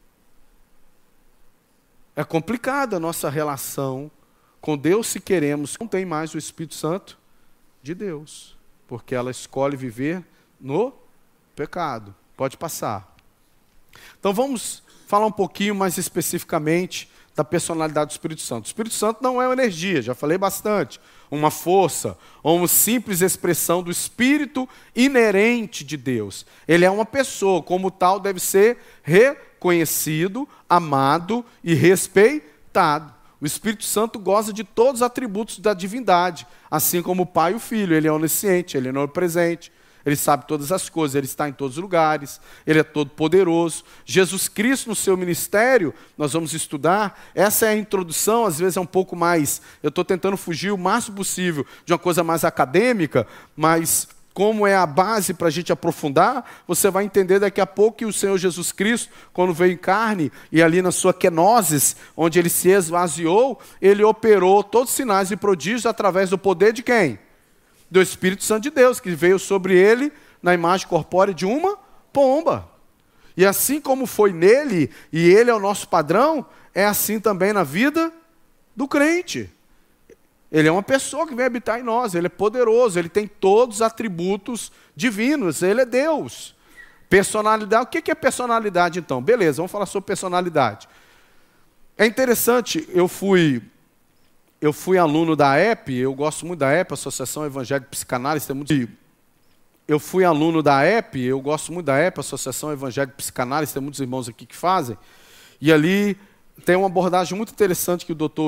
É complicada a nossa relação com Deus se queremos. Não tem mais o Espírito Santo de Deus, porque ela escolhe viver no pecado. Pode passar. Então vamos falar um pouquinho mais especificamente da personalidade do Espírito Santo. O Espírito Santo não é uma energia, já falei bastante, uma força, ou uma simples expressão do Espírito inerente de Deus. Ele é uma pessoa, como tal deve ser reconhecido, amado e respeitado. O Espírito Santo goza de todos os atributos da divindade, assim como o Pai e o Filho. Ele é onisciente, ele é onipresente, ele sabe todas as coisas, ele está em todos os lugares, ele é todo poderoso. Jesus Cristo no seu ministério, nós vamos estudar, essa é a introdução, às vezes é um pouco mais, eu estou tentando fugir o máximo possível de uma coisa mais acadêmica, mas como é a base para a gente aprofundar, você vai entender daqui a pouco que o Senhor Jesus Cristo, quando veio em carne, e ali na sua kenosis, onde ele se esvaziou, ele operou todos os sinais e prodígios através do poder de quem? Do Espírito Santo de Deus, que veio sobre ele na imagem corpórea de uma pomba. E assim como foi nele, e ele é o nosso padrão, é assim também na vida do crente. Ele é uma pessoa que vem habitar em nós, ele é poderoso, ele tem todos os atributos divinos, ele é Deus. Personalidade, o que é personalidade então? Beleza, vamos falar sobre personalidade. É interessante, eu fui aluno da EP, eu gosto muito da EP, Associação Evangélica de Psicanálise, tem muito... Eu fui aluno da EP, eu gosto muito da EP, Associação Evangélica de Psicanálise, tem muitos irmãos aqui que fazem, e ali tem uma abordagem muito interessante que o Dr.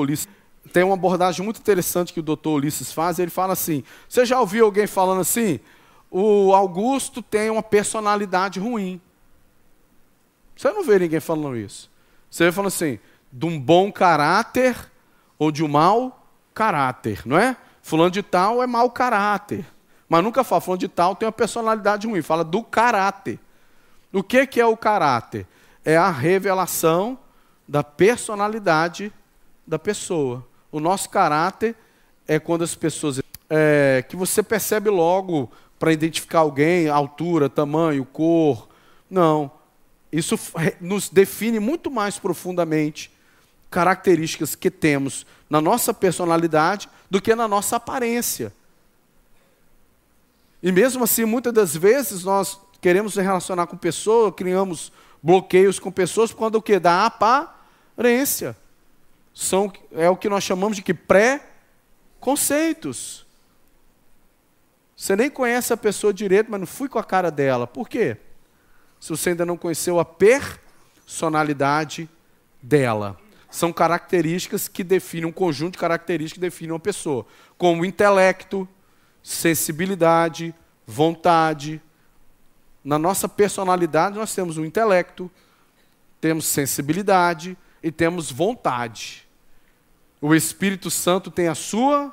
Ulisses faz, ele fala assim, você já ouviu alguém falando assim, o Augusto tem uma personalidade ruim. Você não vê ninguém falando isso. Você vê falando assim, de um bom caráter ou de um mau caráter, não é? Fulano de tal é mau caráter. Mas nunca fala, fulano de tal tem uma personalidade ruim, fala do caráter. O que é o caráter? É a revelação da personalidade da pessoa. O nosso caráter é quando as pessoas... que você percebe logo para identificar alguém, altura, tamanho, cor. Não. Isso nos define muito mais profundamente características que temos na nossa personalidade do que na nossa aparência. E mesmo assim, muitas das vezes, nós queremos se relacionar com pessoas, criamos bloqueios com pessoas por conta do quê? Da aparência. É o que nós chamamos de que pré-conceitos. Você nem conhece a pessoa direito, mas não fui com a cara dela. Por quê? Se você ainda não conheceu a personalidade dela. São características que definem, um conjunto de características que definem uma pessoa. Como intelecto, sensibilidade, vontade. Na nossa personalidade nós temos o intelecto, temos sensibilidade e temos vontade. O Espírito Santo tem a sua...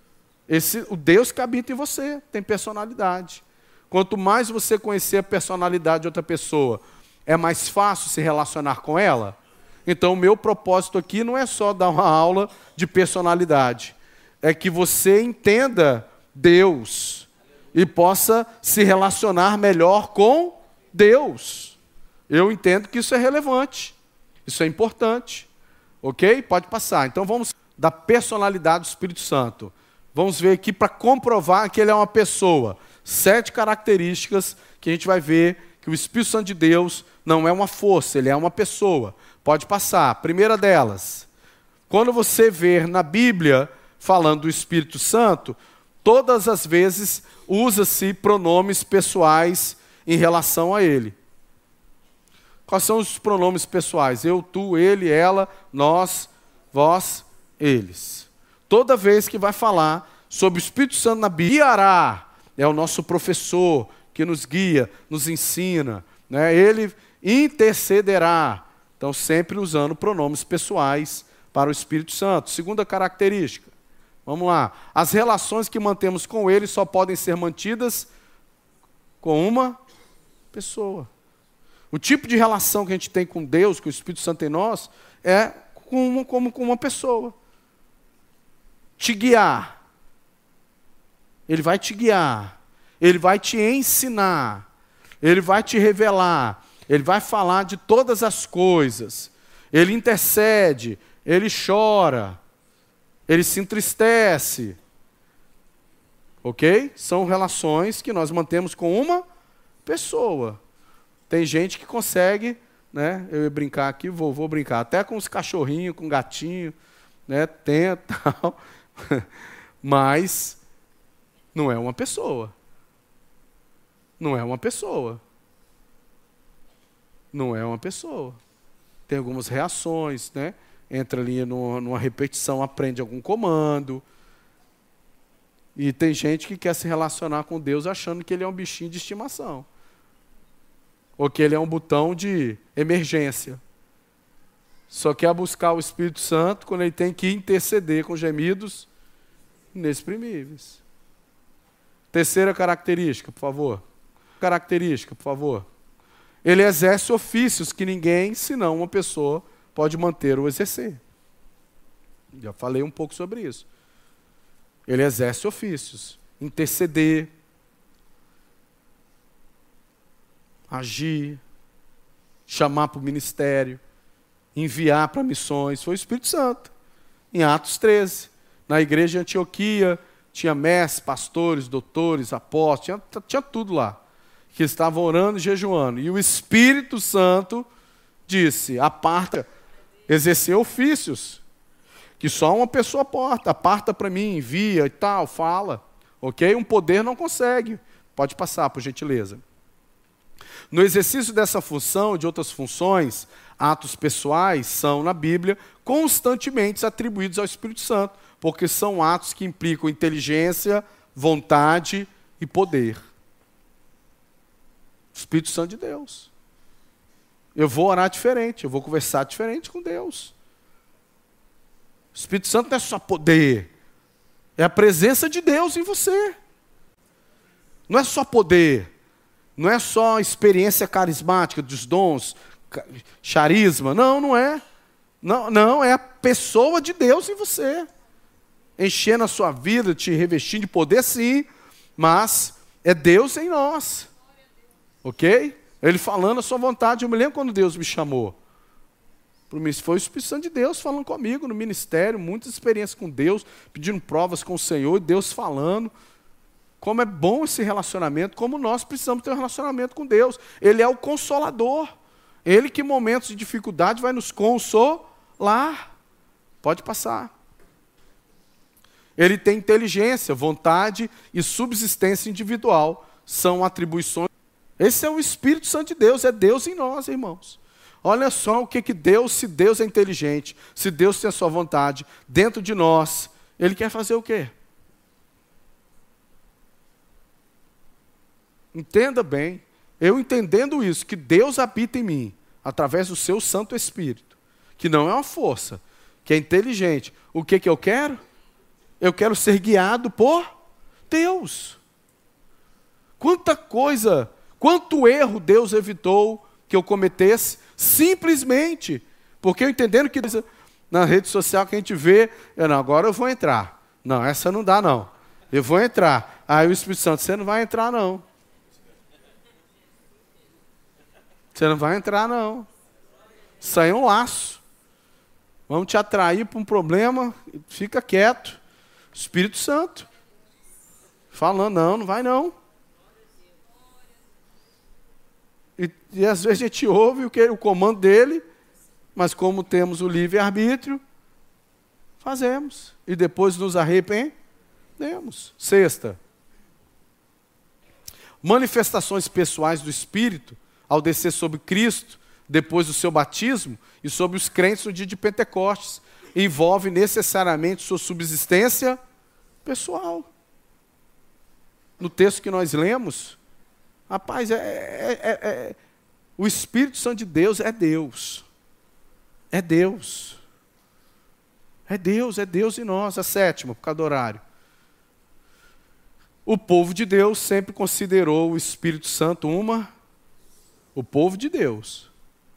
o Deus que habita em você tem personalidade. Quanto mais você conhecer a personalidade de outra pessoa, é mais fácil se relacionar com ela. Então, o meu propósito aqui não é só dar uma aula de personalidade. É que você entenda Deus e possa se relacionar melhor com Deus. Eu entendo que isso é relevante. Isso é importante. Ok? Pode passar. Então, vamos da personalidade do Espírito Santo. Vamos ver aqui para comprovar que ele é uma pessoa. 7 características que a gente vai ver que o Espírito Santo de Deus não é uma força, ele é uma pessoa. Pode passar. Primeira delas, quando você ver na Bíblia falando do Espírito Santo, todas as vezes usa-se pronomes pessoais em relação a ele. Quais são os pronomes pessoais? Eu, tu, ele, ela, nós, vós, eles. Toda vez que vai falar sobre o Espírito Santo na Bíblia, guiará, é o nosso professor que nos guia, nos ensina, né? Ele intercederá. Então, sempre usando pronomes pessoais para o Espírito Santo. Segunda característica, vamos lá. As relações que mantemos com ele só podem ser mantidas com uma pessoa. O tipo de relação que a gente tem com Deus, com o Espírito Santo em nós, é como com uma pessoa. Te guiar. Ele vai te guiar. Ele vai te ensinar. Ele vai te revelar. Ele vai falar de todas as coisas. Ele intercede, ele chora, ele se entristece. Ok? São relações que nós mantemos com uma pessoa. Tem gente que consegue, né? Eu ia brincar aqui, vou brincar, até com os cachorrinhos, com gatinho, né? Tenta, tal. Mas não é uma pessoa. Não é uma pessoa. Não é uma pessoa. Tem algumas reações, né? Entra ali numa repetição, aprende algum comando. E tem gente que quer se relacionar com Deus achando que ele é um bichinho de estimação. Ou que ele é um botão de emergência. Só quer buscar o Espírito Santo quando ele tem que interceder com gemidos inexprimíveis. Terceira característica, por favor. Ele exerce ofícios que ninguém, senão uma pessoa, pode manter ou exercer. Já falei um pouco sobre isso. Ele exerce ofícios. Interceder. Agir. Chamar para o ministério. Enviar para missões. Foi o Espírito Santo. Em Atos 13. Na igreja de Antioquia, tinha mestres, pastores, doutores, apóstolos, tinha tudo lá. Que estavam orando e jejuando. E o Espírito Santo disse, exercer ofícios. Que só uma pessoa aparta para mim, envia e tal, fala. Ok? Um poder não consegue. Pode passar, por gentileza. No exercício dessa função e de outras funções, atos pessoais são, na Bíblia, constantemente atribuídos ao Espírito Santo, porque são atos que implicam inteligência, vontade e poder. Espírito Santo de Deus. Eu vou orar diferente, eu vou conversar diferente com Deus. O Espírito Santo não é só poder, é a presença de Deus em você. Não é só poder, não é só experiência carismática dos dons, charisma, não é. Não, é a pessoa de Deus em você. Enchendo a sua vida, te revestindo de poder, sim, mas é Deus em nós. Ok? Ele falando a sua vontade. Eu me lembro quando Deus me chamou. Foi o Espírito Santo de Deus falando comigo no ministério, muitas experiências com Deus, pedindo provas com o Senhor, e Deus falando. Como é bom esse relacionamento, como nós precisamos ter um relacionamento com Deus. Ele é o consolador. Ele que em momentos de dificuldade vai nos consolar. Pode passar. Ele tem inteligência, vontade e subsistência individual. São atribuições. Esse é o Espírito Santo de Deus, é Deus em nós, irmãos. Olha só o que Deus, se Deus é inteligente, se Deus tem a sua vontade dentro de nós, Ele quer fazer o quê? Entenda bem, eu entendendo isso, que Deus habita em mim, através do seu Santo Espírito, que não é uma força, que é inteligente. O que eu quero? Eu quero ser guiado por Deus. Quanta coisa, quanto erro Deus evitou que eu cometesse, simplesmente porque eu entendendo que na rede social que a gente vê, agora eu vou entrar. Não, essa não dá não. Eu vou entrar. Aí o Espírito Santo, você não vai entrar não. Você não vai entrar não. Isso aí é um laço. Vamos te atrair para um problema, fica quieto. Espírito Santo. Falando, não vai não. E às vezes a gente ouve o comando dele, mas como temos o livre-arbítrio, fazemos. E depois nos arrependemos. Sexta. Manifestações pessoais do Espírito, ao descer sobre Cristo, depois do seu batismo, e sobre os crentes no dia de Pentecostes, envolve necessariamente sua subsistência pessoal. No texto que nós lemos, rapaz, o Espírito Santo de Deus é Deus. É Deus. É Deus em nós. A sétima, por causa do horário. O povo de Deus sempre considerou o Espírito Santo o povo de Deus.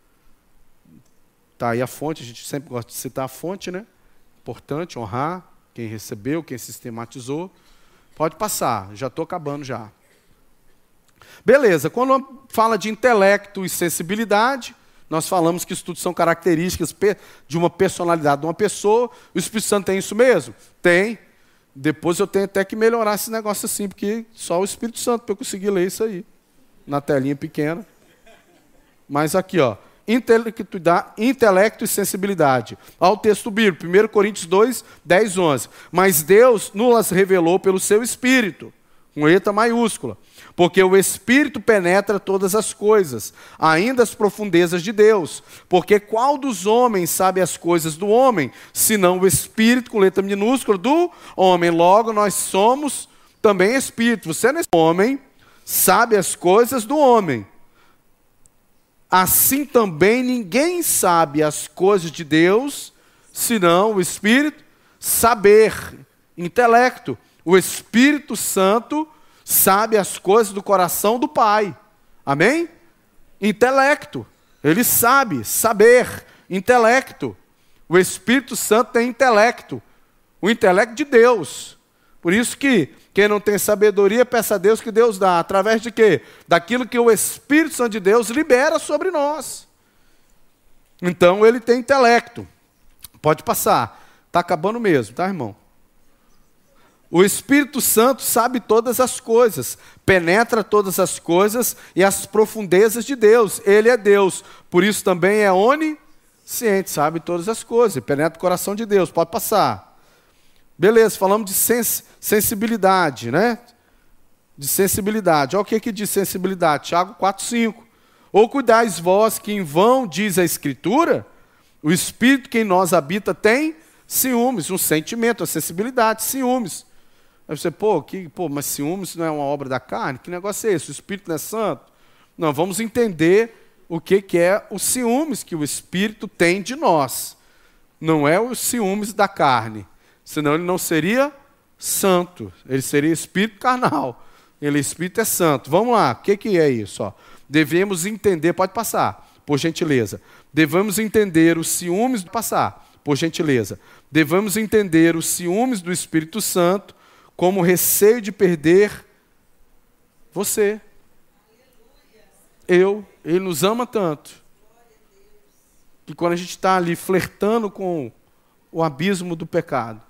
Está aí a fonte, a gente sempre gosta de citar a fonte, né? Importante honrar quem recebeu, quem sistematizou. Pode passar, já estou acabando já. Beleza, quando fala de intelecto e sensibilidade, nós falamos que isso tudo são características de uma personalidade de uma pessoa. O Espírito Santo tem isso mesmo? Tem. Depois eu tenho até que melhorar esse negócio assim, porque só o Espírito Santo para eu conseguir ler isso aí. Na telinha pequena. Mas aqui, ó. Intelecto e sensibilidade. Ao texto bíblico, 1 Coríntios 2, 10, 11. Mas Deus nos revelou pelo seu Espírito, com letra maiúscula. Porque o Espírito penetra todas as coisas, ainda as profundezas de Deus. Porque qual dos homens sabe as coisas do homem, senão o Espírito, com letra minúscula, do homem? Logo, nós somos também Espírito. Você não é homem, sabe as coisas do homem. Assim também ninguém sabe as coisas de Deus, senão o Espírito. Saber, intelecto. O Espírito Santo sabe as coisas do coração do Pai. Amém? Intelecto. Ele sabe, saber, intelecto. O Espírito Santo tem intelecto. O intelecto de Deus. Por isso que quem não tem sabedoria, peça a Deus que Deus dá. Através de quê? Daquilo que o Espírito Santo de Deus libera sobre nós. Então ele tem intelecto. Pode passar. Está acabando mesmo, tá, irmão? O Espírito Santo sabe todas as coisas, penetra todas as coisas e as profundezas de Deus. Ele é Deus, por isso também é onisciente, sabe todas as coisas, penetra o coração de Deus. Pode passar. Beleza, falamos de sensibilidade, né? De sensibilidade. Olha o que diz sensibilidade, Tiago 4,5. Ou cuidais vós que em vão, diz a Escritura, o Espírito que em nós habita tem ciúmes, um sentimento, a sensibilidade, ciúmes. Aí você, mas ciúmes não é uma obra da carne? Que negócio é esse? O Espírito não é santo? Não, vamos entender o que é o ciúmes que o Espírito tem de nós. Não é os ciúmes da carne, senão ele não seria santo, ele seria espírito carnal. Ele, espírito é santo. Vamos lá, o que é isso? Ó? Devemos entender, pode passar, por gentileza. Devemos entender os ciúmes, por gentileza. Devemos entender os ciúmes do Espírito Santo como receio de perder você. Ele nos ama tanto, que quando a gente está ali flertando com o abismo do pecado,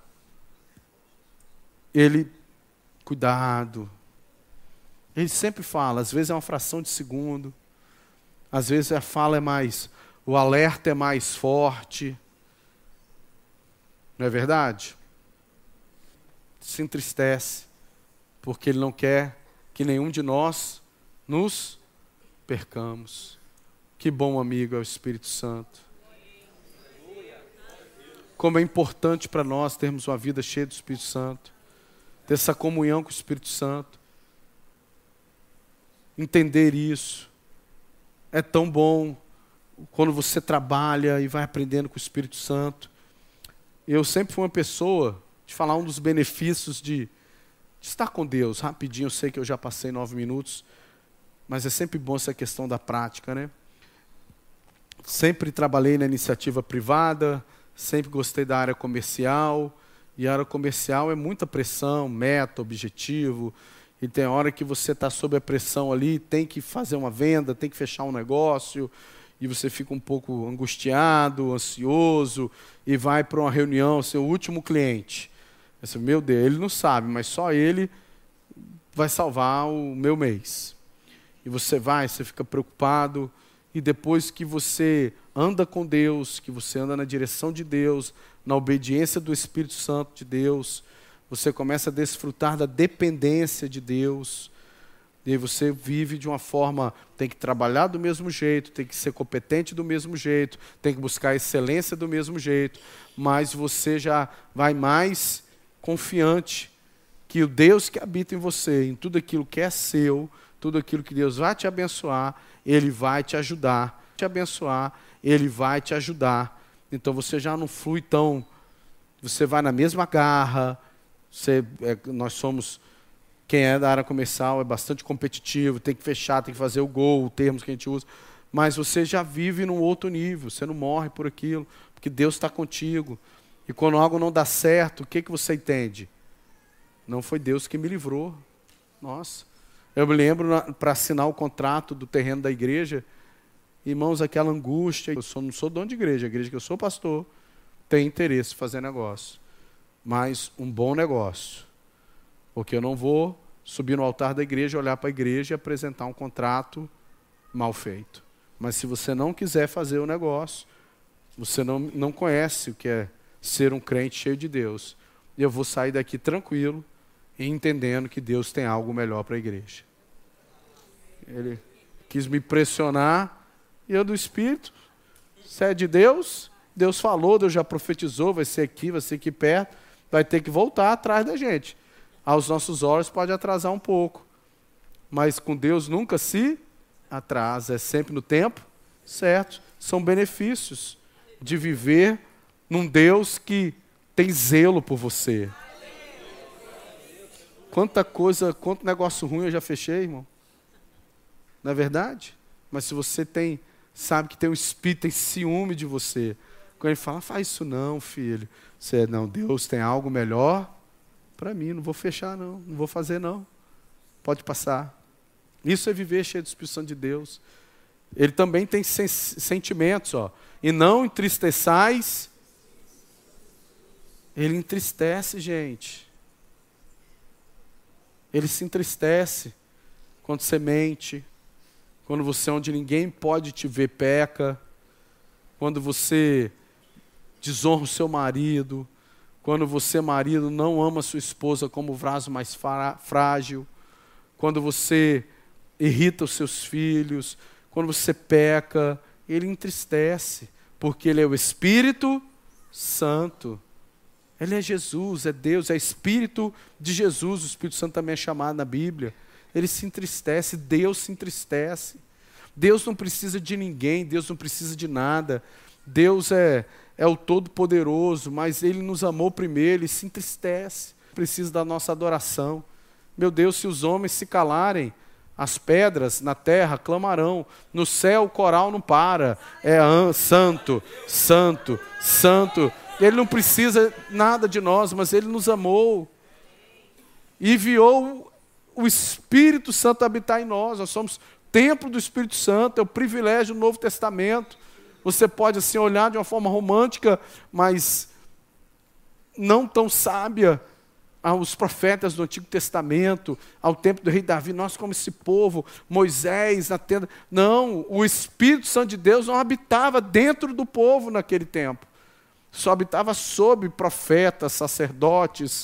ele, cuidado, ele sempre fala, às vezes é uma fração de segundo, às vezes a fala é mais, o alerta é mais forte, não é verdade? Se entristece, porque ele não quer que nenhum de nós nos percamos. Que bom amigo é o Espírito Santo. Como é importante para nós termos uma vida cheia do Espírito Santo, ter essa comunhão com o Espírito Santo, entender isso. É tão bom quando você trabalha e vai aprendendo com o Espírito Santo. Eu sempre fui uma pessoa, de falar um dos benefícios de estar com Deus. Rapidinho, eu sei que eu já passei 9 minutos, mas é sempre bom essa questão da prática, né? Sempre trabalhei na iniciativa privada, sempre gostei da área comercial, e a área comercial é muita pressão, meta, objetivo, e tem hora que você está sob a pressão ali, tem que fazer uma venda, tem que fechar um negócio, e você fica um pouco angustiado, ansioso, e vai para uma reunião, seu último cliente. Você, meu Deus, ele não sabe, mas só ele vai salvar o meu mês. E você vai, você fica preocupado, e depois que você anda com Deus, que você anda na direção de Deus, na obediência do Espírito Santo de Deus, você começa a desfrutar da dependência de Deus, e aí você vive de uma forma, tem que trabalhar do mesmo jeito, tem que ser competente do mesmo jeito, tem que buscar excelência do mesmo jeito, mas você já vai mais confiante que o Deus que habita em você, em tudo aquilo que é seu, tudo aquilo que Deus vai te abençoar, Ele vai te ajudar, te abençoar, Ele vai te ajudar. Então você já não flui tão, você vai na mesma garra, nós somos, quem é da área comercial é bastante competitivo, tem que fechar, tem que fazer o gol, termos que a gente usa, mas você já vive num outro nível, você não morre por aquilo, porque Deus está contigo. E quando algo não dá certo, o que você entende? Não foi Deus que me livrou. Nossa, Eu me lembro, para assinar o contrato do terreno da igreja, irmãos, aquela angústia. Eu não sou dono de igreja, a igreja que eu sou pastor tem interesse em fazer negócio. Mas um bom negócio. Porque eu não vou subir no altar da igreja, olhar para a igreja e apresentar um contrato mal feito. Mas se você não quiser fazer o negócio, você não conhece o que é ser um crente cheio de Deus. E eu vou sair daqui tranquilo e entendendo que Deus tem algo melhor para a igreja. Ele quis me pressionar e eu do Espírito. Se é de Deus, Deus falou, Deus já profetizou, vai ser aqui perto, vai ter que voltar atrás da gente. Aos nossos olhos pode atrasar um pouco, mas com Deus nunca se atrasa, é sempre no tempo certo. São benefícios de viver num Deus que tem zelo por você. Quanto negócio ruim eu já fechei, irmão. Não é verdade? Mas se você sabe que tem um espírito, tem ciúme de você, quando ele fala, faz isso não, filho. Você, não, Deus tem algo melhor para mim, não vou fechar não vou fazer não. Pode passar. Isso é viver cheio do Espírito Santo de Deus. Ele também tem sentimentos, ó. E não entristeçais. Ele entristece, gente. Ele se entristece quando você mente, quando você, onde ninguém pode te ver, peca, quando você desonra o seu marido, quando você, marido, não ama sua esposa como o vaso mais frágil, quando você irrita os seus filhos, quando você peca, ele entristece, porque ele é o Espírito Santo. Ele é Jesus, é Deus, é Espírito de Jesus. O Espírito Santo também é chamado na Bíblia. Ele se entristece, Deus se entristece. Deus não precisa de ninguém, Deus não precisa de nada. Deus é o Todo-Poderoso, mas Ele nos amou primeiro, Ele se entristece. Precisa da nossa adoração. Meu Deus, se os homens se calarem, as pedras na terra clamarão. No céu o coral não para. É santo, santo, santo. Ele não precisa nada de nós, mas Ele nos amou. E enviou o Espírito Santo a habitar em nós. Nós somos templo do Espírito Santo, é o privilégio do Novo Testamento. Você pode assim olhar de uma forma romântica, mas não tão sábia, aos profetas do Antigo Testamento, ao tempo do rei Davi, nós como esse povo, Moisés na tenda. Não, o Espírito Santo de Deus não habitava dentro do povo naquele tempo. Só habitava sob profetas, sacerdotes,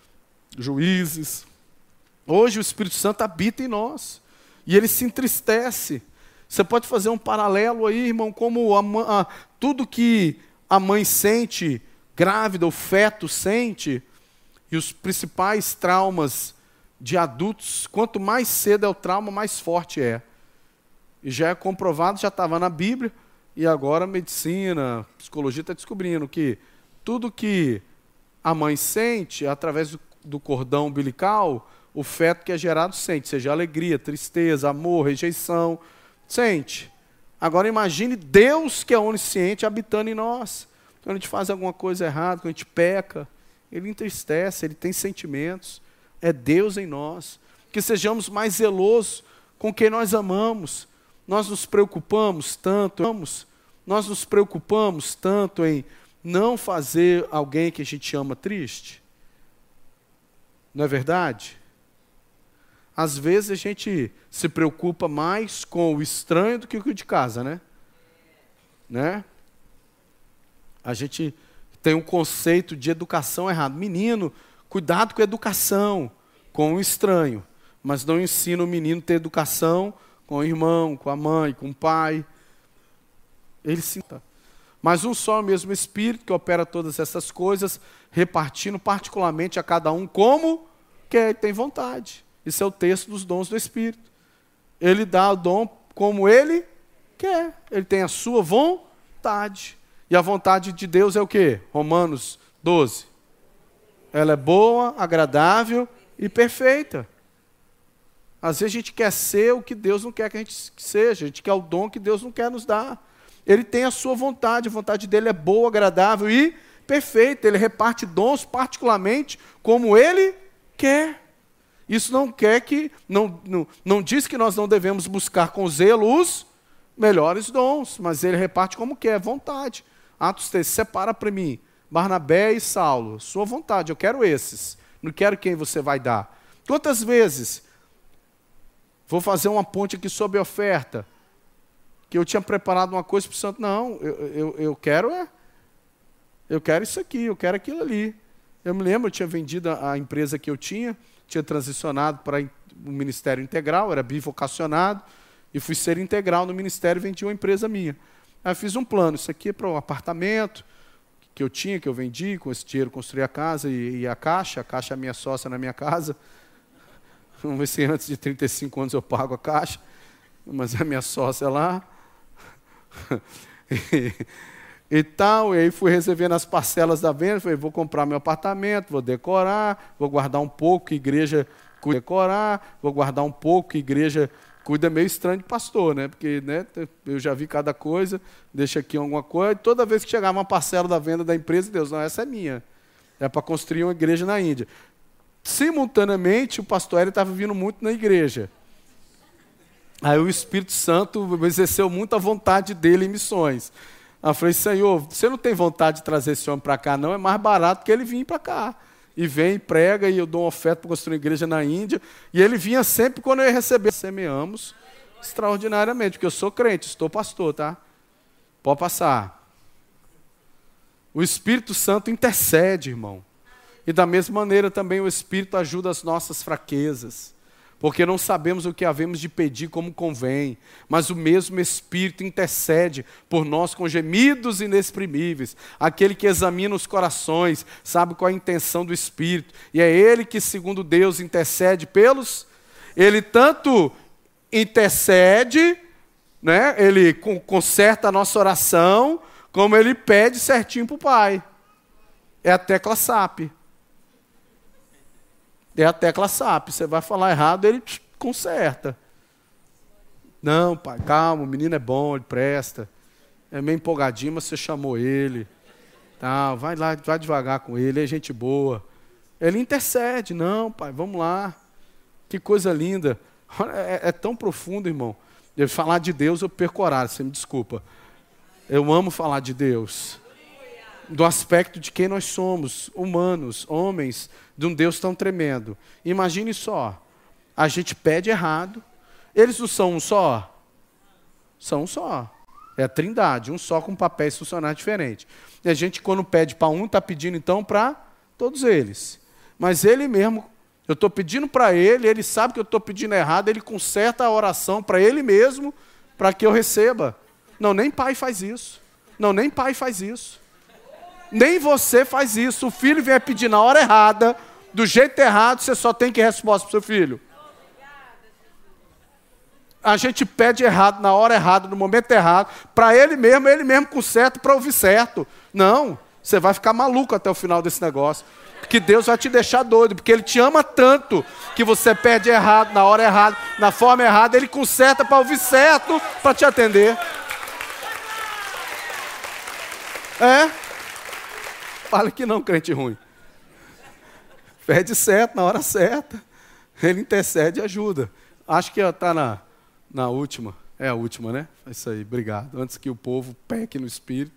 juízes. Hoje o Espírito Santo habita em nós. E ele se entristece. Você pode fazer um paralelo aí, irmão, como tudo que a mãe sente, grávida, o feto sente, e os principais traumas de adultos, quanto mais cedo é o trauma, mais forte é. E já é comprovado, já estava na Bíblia, e agora a medicina, a psicologia está descobrindo que tudo que a mãe sente, através do cordão umbilical, o feto que é gerado sente, seja alegria, tristeza, amor, rejeição, sente. Agora imagine Deus que é onisciente habitando em nós. Quando a gente faz alguma coisa errada, quando a gente peca, Ele entristece, Ele tem sentimentos. É Deus em nós. Que sejamos mais zelosos com quem nós amamos. Nós nos preocupamos tanto em não fazer alguém que a gente ama triste. Não é verdade? Às vezes a gente se preocupa mais com o estranho do que com o de casa, né? A gente tem um conceito de educação errado. Menino, cuidado com a educação, com o estranho. Mas não ensina o menino a ter educação com o irmão, com a mãe, com o pai. Ele se... Mas um só mesmo Espírito que opera todas essas coisas, repartindo particularmente a cada um como quer, tem vontade. Isso é o texto dos dons do Espírito. Ele dá o dom como Ele quer. Ele tem a sua vontade. E a vontade de Deus é o quê? Romanos 12. Ela é boa, agradável e perfeita. Às vezes a gente quer ser o que Deus não quer que a gente seja. A gente quer o dom que Deus não quer nos dar. Ele tem a sua vontade. A vontade dele é boa, agradável e perfeita. Ele reparte dons particularmente como Ele quer. Isso não diz que nós não devemos buscar com zelo os melhores dons, mas ele reparte como quer, vontade. Atos 3, separa para mim, Barnabé e Saulo, sua vontade, eu quero esses, não quero quem você vai dar. Quantas vezes, vou fazer uma ponte aqui sobre oferta, que eu tinha preparado uma coisa para o santo, não, eu quero isso aqui, eu quero aquilo ali. Eu me lembro, eu tinha vendido a empresa que eu tinha transicionado para o ministério integral, era bivocacionado, e fui ser integral no ministério e vendi uma empresa minha. Aí eu fiz um plano, isso aqui é para um apartamento que eu tinha, que eu vendi, com esse dinheiro construí a casa e a Caixa é a minha sócia na minha casa. Vamos ver se antes de 35 anos eu pago a Caixa, mas é a minha sócia lá. E tal, e aí fui recebendo as parcelas da venda, falei, vou comprar meu apartamento, vou decorar, vou guardar um pouco, igreja cuida decorar, vou guardar um pouco, igreja cuida meio estranho de pastor, né? Porque né, eu já vi cada coisa, deixa aqui alguma coisa, e toda vez que chegava uma parcela da venda da empresa, Deus, não, essa é minha, é para construir uma igreja na Índia. Simultaneamente, o pastor Hélio estava vindo muito na igreja. Aí o Espírito Santo exerceu muita vontade dele em missões. Aí eu falei, Senhor, você não tem vontade de trazer esse homem para cá, não? É mais barato que ele vir para cá. E vem, prega, e eu dou uma oferta para construir uma igreja na Índia. E ele vinha sempre quando eu ia receber. Semeamos extraordinariamente, porque eu sou crente, estou pastor, tá? Pode passar. O Espírito Santo intercede, irmão. E da mesma maneira também o Espírito ajuda as nossas fraquezas. Porque não sabemos o que havemos de pedir como convém, mas o mesmo Espírito intercede por nós com gemidos inexprimíveis. Aquele que examina os corações, sabe qual é a intenção do Espírito. E é Ele que, segundo Deus, intercede pelos... Ele tanto intercede, né? Ele conserta a nossa oração, como Ele pede certinho para o Pai. É a tecla SAP. É a tecla SAP. Você vai falar errado, ele conserta. Não, pai, calma, o menino é bom, ele presta. É meio empolgadinho, mas você chamou ele. Tá, vai lá, vai devagar com ele, é gente boa. Ele intercede. Não, pai, vamos lá. Que coisa linda. É tão profundo, irmão. Eu falar de Deus, eu perco horário, você me desculpa. Eu amo falar de Deus. Do aspecto de quem nós somos, humanos, homens, de um Deus tão tremendo. Imagine só, a gente pede errado, eles não são um só? São um só. É a trindade, um só com papéis funcionais diferentes. E a gente quando pede para um, está pedindo então para todos eles. Mas ele mesmo, eu estou pedindo para ele, ele sabe que eu estou pedindo errado, ele conserta a oração para ele mesmo, para que eu receba. Não, nem pai faz isso. Não, nem pai faz isso. Nem você faz isso. O filho vem pedir na hora errada, do jeito errado, você só tem que resposta para o seu filho. A gente pede errado, na hora errada, no momento errado, para ele mesmo conserta para ouvir certo. Não, você vai ficar maluco até o final desse negócio. Porque Deus vai te deixar doido, porque Ele te ama tanto, que você pede errado, na hora errada, na forma errada, Ele conserta para ouvir certo, para te atender. Fala que não, crente ruim. Pede certo, na hora certa. Ele intercede e ajuda. Acho que está na última. É a última, né? É isso aí, obrigado. Antes que o povo peque no Espírito.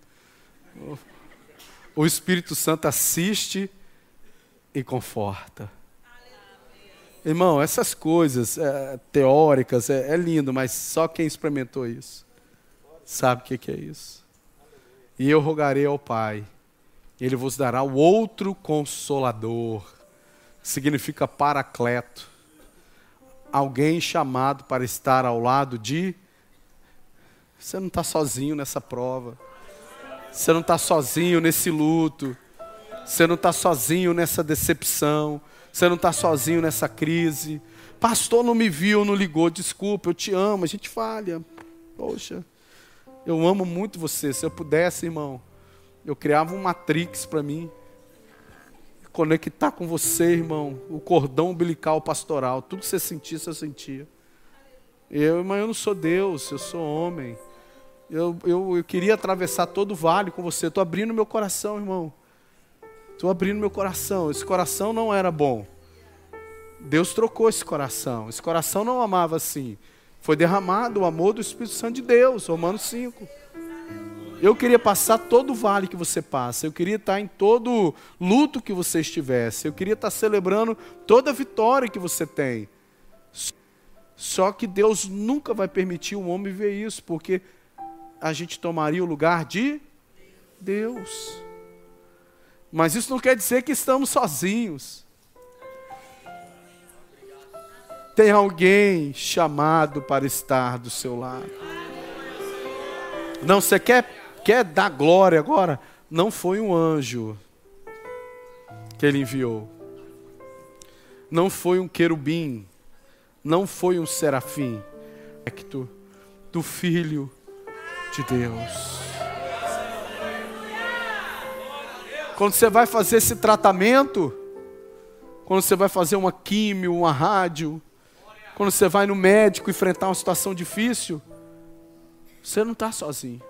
O Espírito Santo assiste e conforta. Irmão, essas coisas teóricas é lindo, mas só quem experimentou isso sabe o que é isso. E eu rogarei ao Pai, Ele vos dará o outro Consolador, que significa Paracleto, alguém chamado para estar ao lado de... Você não está sozinho nessa prova, você não está sozinho nesse luto, você não está sozinho nessa decepção, você não está sozinho nessa crise. Pastor não me viu, não ligou, desculpa, eu te amo, a gente falha. Poxa, eu amo muito você. Se eu pudesse, irmão, eu criava um Matrix para mim, conectar com você, irmão, o cordão umbilical pastoral, tudo que você sentisse, eu sentia. Mas eu não sou Deus, eu sou homem. Eu queria atravessar todo o vale com você. Estou abrindo meu coração, irmão. Estou abrindo meu coração. Esse coração não era bom. Deus trocou esse coração. Esse coração não amava assim. Foi derramado o amor do Espírito Santo de Deus, Romanos 5. Eu queria passar todo o vale que você passa. Eu queria estar em todo luto que você estivesse. Eu queria estar celebrando toda a vitória que você tem. Só que Deus nunca vai permitir um homem ver isso, porque a gente tomaria o lugar de Deus. Mas isso não quer dizer que estamos sozinhos. Tem alguém chamado para estar do seu lado. Não, você quer dar glória agora? Não foi um anjo que ele enviou. Não foi um querubim. Não foi um serafim. É do Filho de Deus. Quando você vai fazer esse tratamento, quando você vai fazer uma químio, uma rádio, quando você vai no médico enfrentar uma situação difícil, você não está sozinho.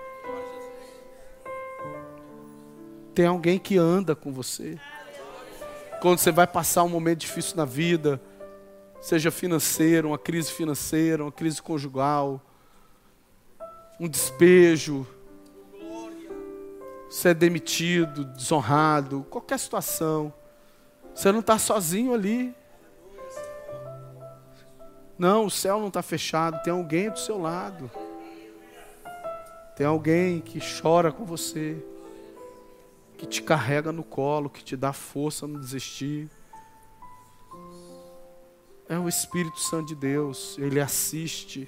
Tem alguém que anda com você. Quando você vai passar um momento difícil na vida, seja financeiro, uma crise financeira, uma crise conjugal, um despejo, você é demitido, desonrado, qualquer situação, você não está sozinho ali. Não, o céu não está fechado, tem alguém do seu lado. Tem alguém que chora com você, que te carrega no colo, que te dá força a não desistir. É o Espírito Santo de Deus, Ele assiste,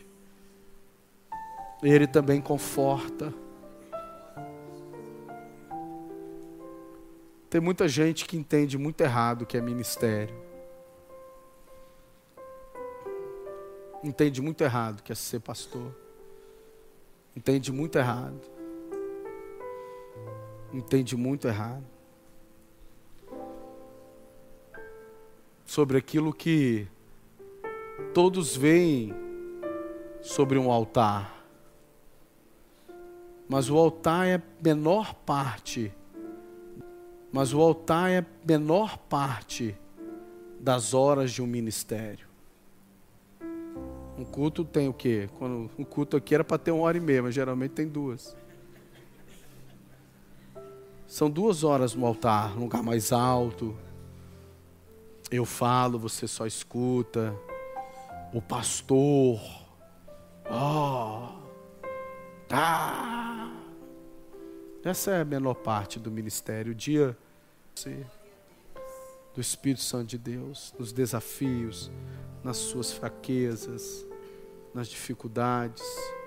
Ele também conforta. Tem muita gente que entende muito errado o que é ministério. Entende muito errado o que é ser pastor. Entende muito errado. Entende muito errado. Sobre aquilo que todos veem sobre um altar. Mas o altar é menor parte. Mas o altar é menor parte das horas de um ministério. Um culto tem o quê? Quando um culto aqui era para ter 1h30, mas geralmente tem 2. São 2 horas no altar, num lugar mais alto. Eu falo, você só escuta. O pastor, tá. Essa é a menor parte do ministério. O dia do Espírito Santo de Deus, nos desafios, nas suas fraquezas, nas dificuldades.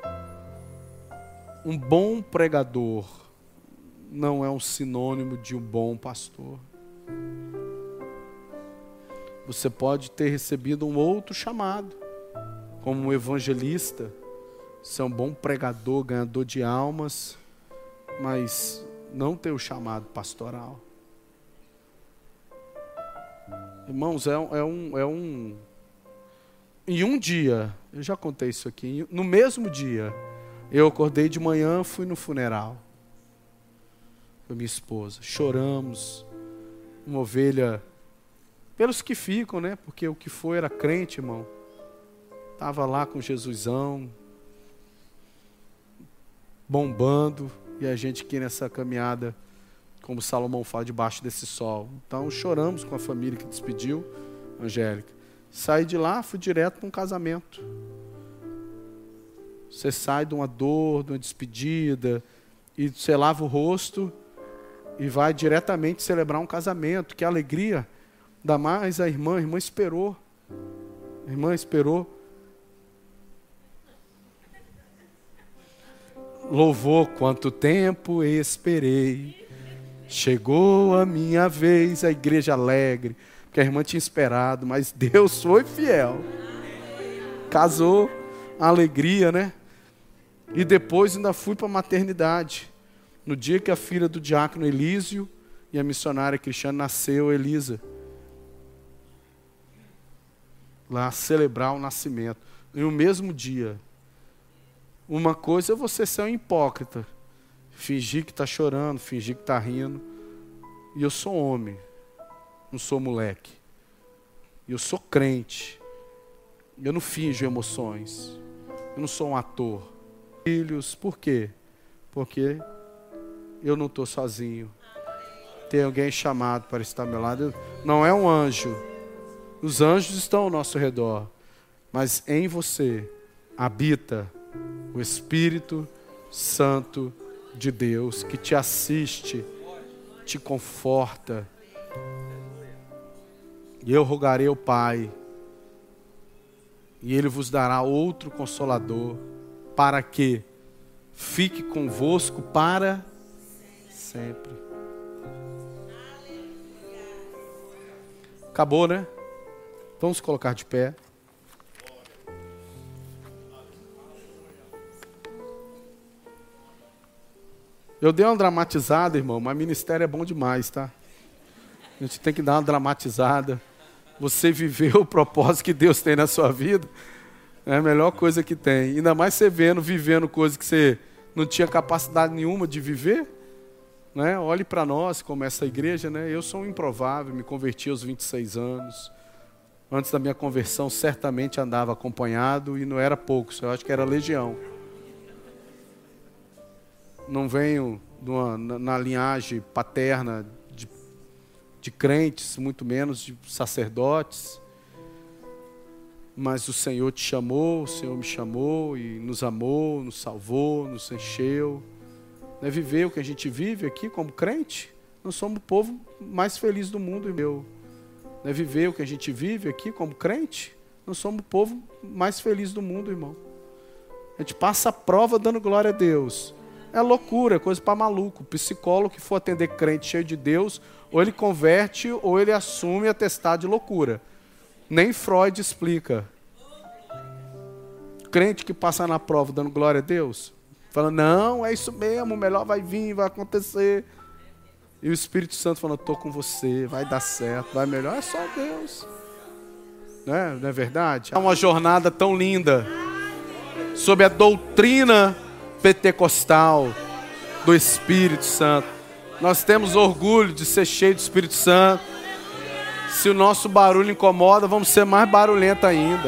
Um bom pregador não é um sinônimo de um bom pastor. Você pode ter recebido um outro chamado, como um evangelista, ser um bom pregador, ganhador de almas, mas não ter o chamado pastoral. Irmãos, em um dia, eu já contei isso aqui, no mesmo dia, eu acordei de manhã, fui no funeral da minha esposa. Choramos, uma ovelha, pelos que ficam, né? Porque o que foi era crente, irmão. Estava lá com Jesusão, bombando, e a gente aqui nessa caminhada, como Salomão fala, debaixo desse sol. Então choramos com a família que despediu, Angélica. Saí de lá, fui direto para um casamento. Você sai de uma dor, de uma despedida, e você lava o rosto e vai diretamente celebrar um casamento. Que alegria! Ainda mais a irmã esperou. A irmã esperou. Louvor, quanto tempo esperei. Chegou a minha vez, a igreja alegre. Porque a irmã tinha esperado, mas Deus foi fiel. Casou, a alegria, né? E depois ainda fui para a maternidade. No dia que a filha do diácono Elísio e a missionária Cristiana nasceu, Elisa. Lá celebrar o nascimento. E no mesmo dia. Uma coisa é você ser um hipócrita. Fingir que está chorando, fingir que está rindo. E eu sou homem. Não sou moleque. E eu sou crente. Eu não finjo emoções. Eu não sou um ator. Filhos, por quê? Porque eu não estou sozinho. Tem alguém chamado para estar ao meu lado. Não é um anjo. Os anjos estão ao nosso redor. Mas em você habita o Espírito Santo de Deus, que te assiste, te conforta. E eu rogarei ao Pai, e Ele vos dará outro Consolador, para que fique convosco para sempre. Acabou, né? Vamos colocar de pé. Eu dei uma dramatizada, irmão, mas ministério é bom demais, tá? A gente tem que dar uma dramatizada. Você viveu o propósito que Deus tem na sua vida, é a melhor coisa que tem. Ainda mais você vivendo coisas que você não tinha capacidade nenhuma de viver, né? Olhe para nós, como essa igreja, né? Eu sou um improvável, me converti aos 26 anos. Antes da minha conversão, certamente andava acompanhado e não era pouco, eu acho que era legião. Não venho na linhagem paterna de crentes, muito menos de sacerdotes. Mas o Senhor te chamou, o Senhor me chamou e nos amou, nos salvou, nos encheu. Não é viver o que a gente vive aqui como crente? Nós somos o povo mais feliz do mundo, meu. Não é viver o que a gente vive aqui como crente? Nós somos o povo mais feliz do mundo, irmão. A gente passa a prova dando glória a Deus. É loucura, é coisa para maluco. O psicólogo que for atender crente cheio de Deus, ou ele converte, ou ele assume atestado de loucura. Nem Freud explica. Crente que passa na prova dando glória a Deus, fala, não, é isso mesmo, o melhor vai vir, vai acontecer. E o Espírito Santo falando, estou com você, vai dar certo, vai melhor, é só Deus. Não é verdade? É uma jornada tão linda sob a doutrina pentecostal do Espírito Santo. Nós temos orgulho de ser cheio do Espírito Santo. Se o nosso barulho incomoda, vamos ser mais barulhento ainda.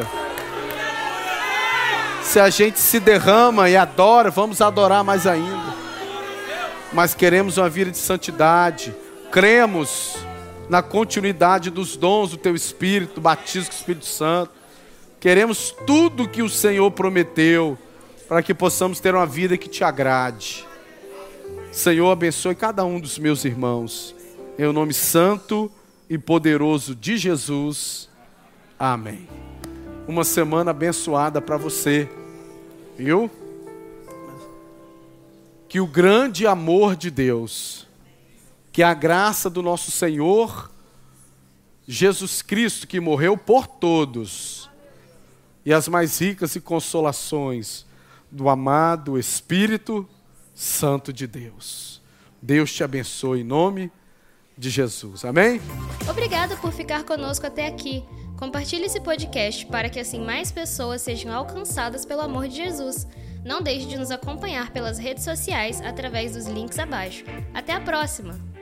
Se a gente se derrama e adora, vamos adorar mais ainda. Mas queremos uma vida de santidade. Cremos na continuidade dos dons do Teu Espírito, do batismo com o Espírito Santo. Queremos tudo que o Senhor prometeu, para que possamos ter uma vida que Te agrade. Senhor, abençoe cada um dos meus irmãos. Em o nome santo e poderoso de Jesus. Amém. Uma semana abençoada para você. Viu? Que o grande amor de Deus, que a graça do nosso Senhor Jesus Cristo, que morreu por todos, e as mais ricas e consolações do amado Espírito Santo de Deus. Deus te abençoe em nome de Jesus. Amém? Obrigada por ficar conosco até aqui. Compartilhe esse podcast para que assim mais pessoas sejam alcançadas pelo amor de Jesus. Não deixe de nos acompanhar pelas redes sociais através dos links abaixo. Até a próxima!